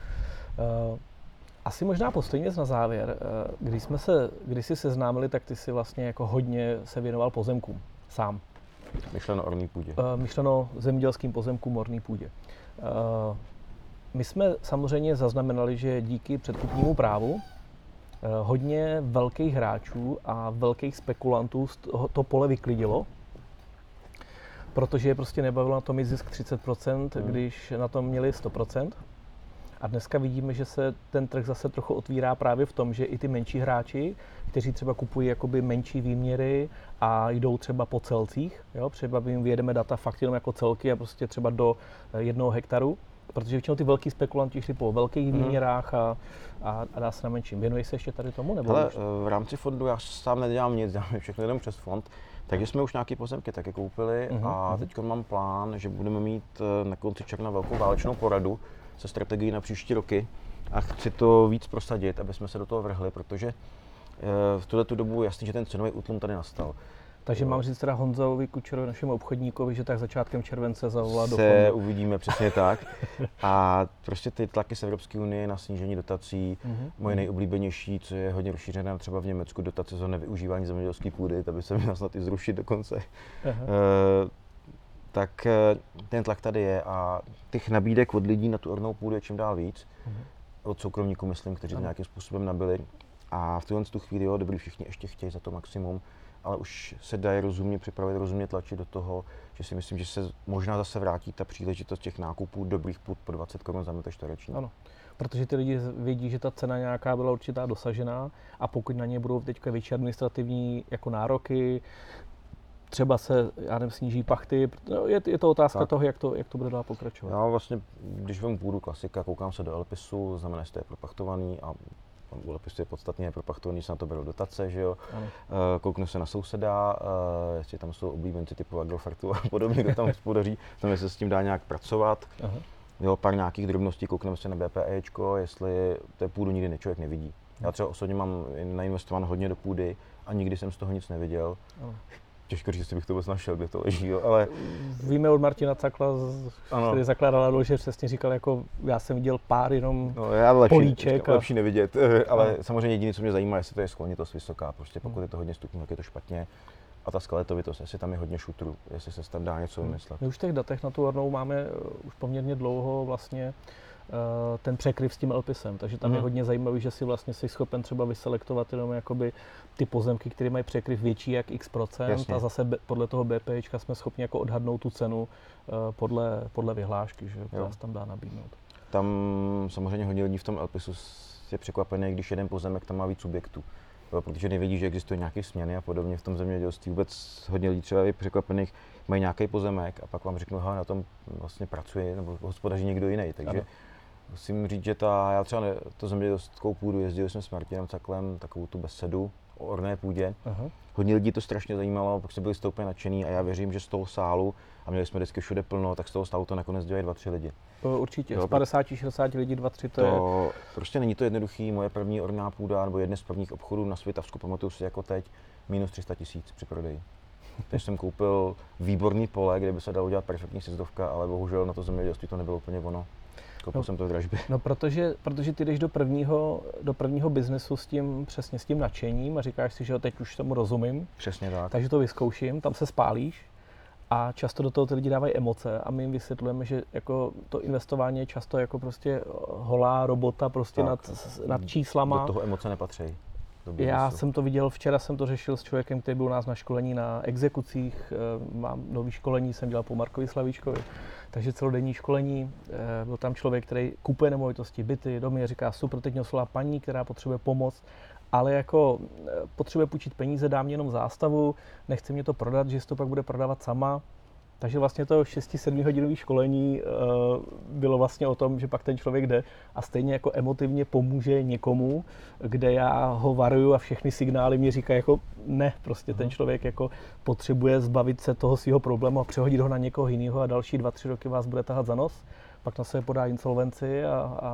Asi možná poslední věc na závěr. Když jsi seznámili, tak ty si vlastně jako hodně se věnoval pozemkům sám. Myšleno orný půdě. Myšleno zemědělským pozemkům, orný půdě. My jsme samozřejmě zaznamenali, že díky předkupnímu právu Hodně velkých hráčů a velkých spekulantů to pole vyklidilo, protože je prostě nebavilo na tom mít zisk 30%, když na tom měli 100%. A dneska vidíme, že se ten trh zase trochu otvírá právě v tom, že i ty menší hráči, kteří třeba kupují jakoby menší výměry a jdou třeba po celcích, jo, třeba jim vyjedeme data fakt jenom jako celky a prostě třeba do 1 hektaru, protože většinou ty velký spekulanti šli po velkých výměrách a dá se na menším. Věnuješ se ještě tady tomu? Nebo hele, v rámci fondu já sám nedělám nic, děláme všechno jenom přes fond, takže jsme už nějaké pozemky taky koupili a teď mám plán, že budeme mít na konci června velkou válečnou poradu se strategií na příští roky a chci to víc prosadit, aby jsme se do toho vrhli, protože v tuhletu dobu je jasný, že ten cenový útlum tady nastal. Takže mám říct teda Honzovi Kučerovi, našemu obchodníkovi, že tak začátkem července zavolá do fondu. Uvidíme přesně tak. A prostě ty tlaky z Evropské unie na snížení dotací, moje nejoblíbenější, co je hodně rozšířené třeba v Německu, dotace za nevyužívání zemědělské půdy, to by se měla snad i zrušit dokonce. Tak ten tlak tady je a těch nabídek od lidí na tu ornou půdu je čím dál víc. Od soukromníků, myslím, kteří to nějakým způsobem nabili. A v tu chvíli, jo, dobrý, všichni ještě chtějí za to maximum, ale už se dají rozumně připravit, rozumně tlačit do toho, že si myslím, že se možná zase vrátí ta příležitost těch nákupů dobrých půd po 20 Kč za metr čtvereční. Ano, protože ty lidi vědí, že ta cena nějaká byla určitá dosažená a pokud na ně budou teďka větší administrativní jako nároky, třeba se, já nevím, sníží pachty, no, je to otázka tak toho, jak to bude dál pokračovat. Já vlastně, když vemu půdu klasika, koukám se do LPISu, znamená, že to je propachtovaný a u LPISu je podstatně propachtovaný, se na to berou dotace, že jo. Kouknu se na souseda, jestli tam jsou oblíbenci typu Agrofertu a podobně, kdo tam hospodaří, tam jestli se s tím dá nějak pracovat. Jo, pár nějakých drobností, koukneme se na BPEčko, jestli té půdu nikdy člověk nevidí. Já třeba osobně mám nainvestováno hodně do půdy a nikdy jsem z toho nic neviděl. Těžko říct, jestli bych to vůbec našel, kde to leží, jo, ale... Víme od Martina Cakla, který zakládal Ladlo, že přesně říkal, jako já jsem viděl pár jenom políček. Lepší nevidět, ale samozřejmě jediné, co mě zajímá, jestli to je sklonětost vysoká, prostě pokud je to hodně stupňů, tak je to špatně. A ta skeletovitost, jestli tam je hodně šutrů, jestli se tam dá něco vymyslet. My už v těch datech na tu ornou máme už poměrně dlouho vlastně ten překryv s tím LPISem, takže tam je hodně zajímavý, že si vlastně jsi schopen třeba vyselektovat jenom jakoby ty pozemky, které mají překryv větší jak x% Jasně. A zase podle toho BPčka jsme schopni jako odhadnout tu cenu podle vyhlášky, že která se tam dá nabídnout. Tam samozřejmě hodně lidí v tom LPISu je překvapené, když jeden pozemek tam má víc subjektů. Protože nevědí, že existují nějaké směny a podobně v tom zemědělství. Vůbec hodně lidí třeba je překvapených, mají nějaký pozemek a pak vám řeknou, že na tom vlastně pracuje nebo hospodaří někdo jiný. Takže musím říct, že já třeba to zemědělskou půdu jezdili jsme s Martinem Caklem, takovou tu besedu o orné půdě. Hodně lidí to strašně zajímalo, protože byli z toho úplně nadšený a já věřím, že z toho sálu, a měli jsme vždycky všude plno, tak z toho sálu to nakonec dělají 2-3 lidi. Určitě, z 50-60 lidí 2-3 to je... Prostě není to jednoduchý, moje první orná půda, nebo jedné z prvních obchodů na Svitavsku, pamatuju si jako teď, minus 300 000 při prodeji. Takže jsem koupil výborný pole, kde by se dalo dělat perfektní sjezdovka, ale bohužel na to zemědělství to nebylo úplně ono. Koupil jsem to v dražbě. No, protože ty jdeš do prvního biznesu přesně s tím nadšením a říkáš si, že teď už tomu rozumím. Přesně tak. Takže to vyzkouším, tam se spálíš a často do toho ty lidi dávají emoce a my jim vysvětlujeme, že jako to investování je často jako prostě holá robota prostě nad číslama. Do toho emoce nepatří. Já jsem to viděl, včera jsem to řešil s člověkem, který byl u nás na školení na exekucích, mám nový školení, jsem dělal po Markovi Slavíčkovi, takže celodenní školení, byl tam člověk, který kupuje nemovitosti, byty, domy a říká, super, teď mě oslovila paní, která potřebuje pomoc, ale jako potřebuje půjčit peníze, dá mě jenom zástavu, nechce mě to prodat, že si to pak bude prodávat sama. Takže vlastně to 6-7 hodinové školení bylo vlastně o tom, že pak ten člověk jde a stejně jako emotivně pomůže někomu, kde já ho varuju a všechny signály mi říkají jako ne, prostě ten člověk jako potřebuje zbavit se toho svého problému a přehodit ho na někoho jiného a další 2-3 roky vás bude tahat za nos. Pak na sebe podá insolvenci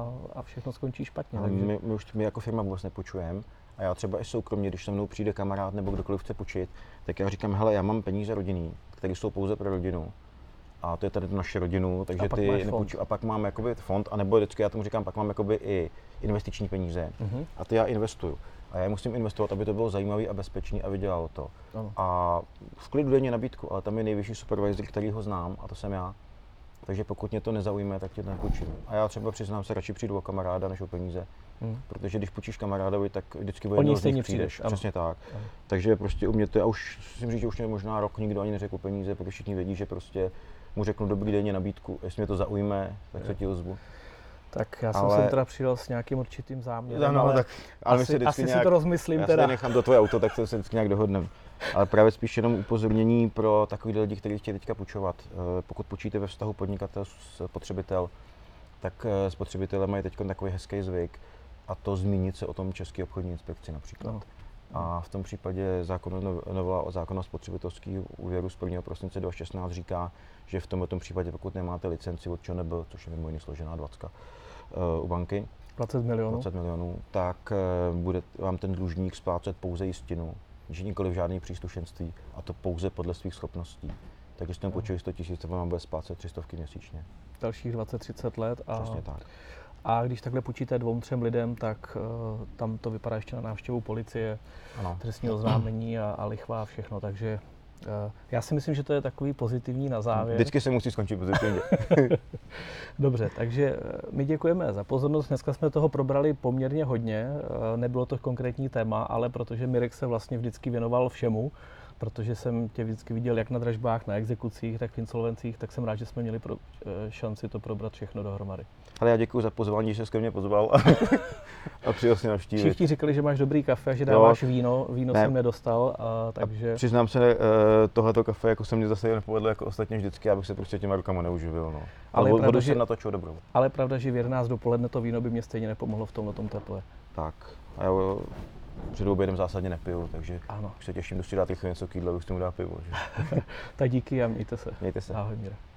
a všechno skončí špatně. Takže... My jako firma vůbec nepůjčujeme. A já třeba i soukromně, když se mnou přijde kamarád nebo kdokoliv chce půjčit, tak já říkám, hele, já mám peníze rodinný, které jsou pouze pro rodinu. A to je tady naše rodinu, takže ty nepůjču. A pak mám jakoby fond, anebo vždycky já tomu říkám, pak mám jakoby i investiční peníze. A ty já investuju. A já musím investovat, aby to bylo zajímavé a bezpečné a vydělalo to. A v klidu denně nabídku, ale tam je nejvyšší supervisor, který ho znám, a to jsem já. Takže pokud mě to nezaujme, tak tě nepůjčím. A já třeba přiznám se, radši přijdu o kamaráda než o peníze. Protože když půjčíš kamarádovi, tak vždycky o jednoho z nich přijdeš. Přesně tak. Ano. Takže prostě u mě to, já už musím říct, že už mě možná rok nikdo ani neřekl peníze, protože všichni vědí, že prostě mu řeknu dobrý den, je nabídku, jestli mě to zaujme, tak se ti ozvu. Tak já jsem sem teda přijel s nějakým určitým záměrem, no, tak, ale asi si to rozmyslím teda. Já si nechám do tvoje auto, tak se vždycky nějak dohodneme. Ale právě spíš jenom upozornění pro takový lidi, kteří chtějí teďka půjčovat. Pokud půjčíte ve vztahu podnikatel-spotřebitel, tak spotřebitelé mají teď takový hezký zvyk, a to zmínit se o tom České obchodní inspekci například. No. A v tom případě novela o zákonu o spotřebitelských úvěru z 1. prosince 2016 říká, že v tomto případě, pokud nemáte licenci od ČNB, což je mimo jiné složená 20 u banky, 20 milionů, tak bude vám ten dlužník splácet pouze jistinu, že nikoliv žádný příslušenství, a to pouze podle svých schopností. Tak když tam půjčili 100 000, tak vám bude splácet 300 měsíčně. Dalších 20-30 let. Přesně tak. A když takhle půjčíte 2-3 lidem, tak tam to vypadá ještě na návštěvu policie, trestní oznámení a lichva a všechno. Takže já si myslím, že to je takový pozitivní na závěr. Vždycky se musí skončit pozitivně. Dobře, takže my děkujeme za pozornost. Dneska jsme toho probrali poměrně hodně. Nebylo to konkrétní téma, ale protože Mirek se vlastně vždycky věnoval všemu, protože jsem tě vždycky viděl jak na dražbách, na exekucích, tak v insolvencích, tak jsem rád, že jsme měli šanci to probrat všechno dohromady. Ale já děkuji za pozvání, že jsi ke mně pozval a přijel si navštívit. Všichni říkali, že máš dobrý kafe, že dáváš víno jsem nedostal, takže... A přiznám se, tohleto kafe jako se mě zase nepovedlo jako ostatně vždycky, abych se prostě těma rukama neuživil. No. Ale vodu jsem natočil dobrou. Ale pravda, že v 11 dopoledne to víno by mě stejně nepomohlo v tomhletom teple. Tak, a já před obědem zásadně nepiju, takže už se těším, když si dát rychle něco k jídlu, už tomu dá pivo. Že? Tak díky a mějte se. Mějte se. Ahoj, Mire.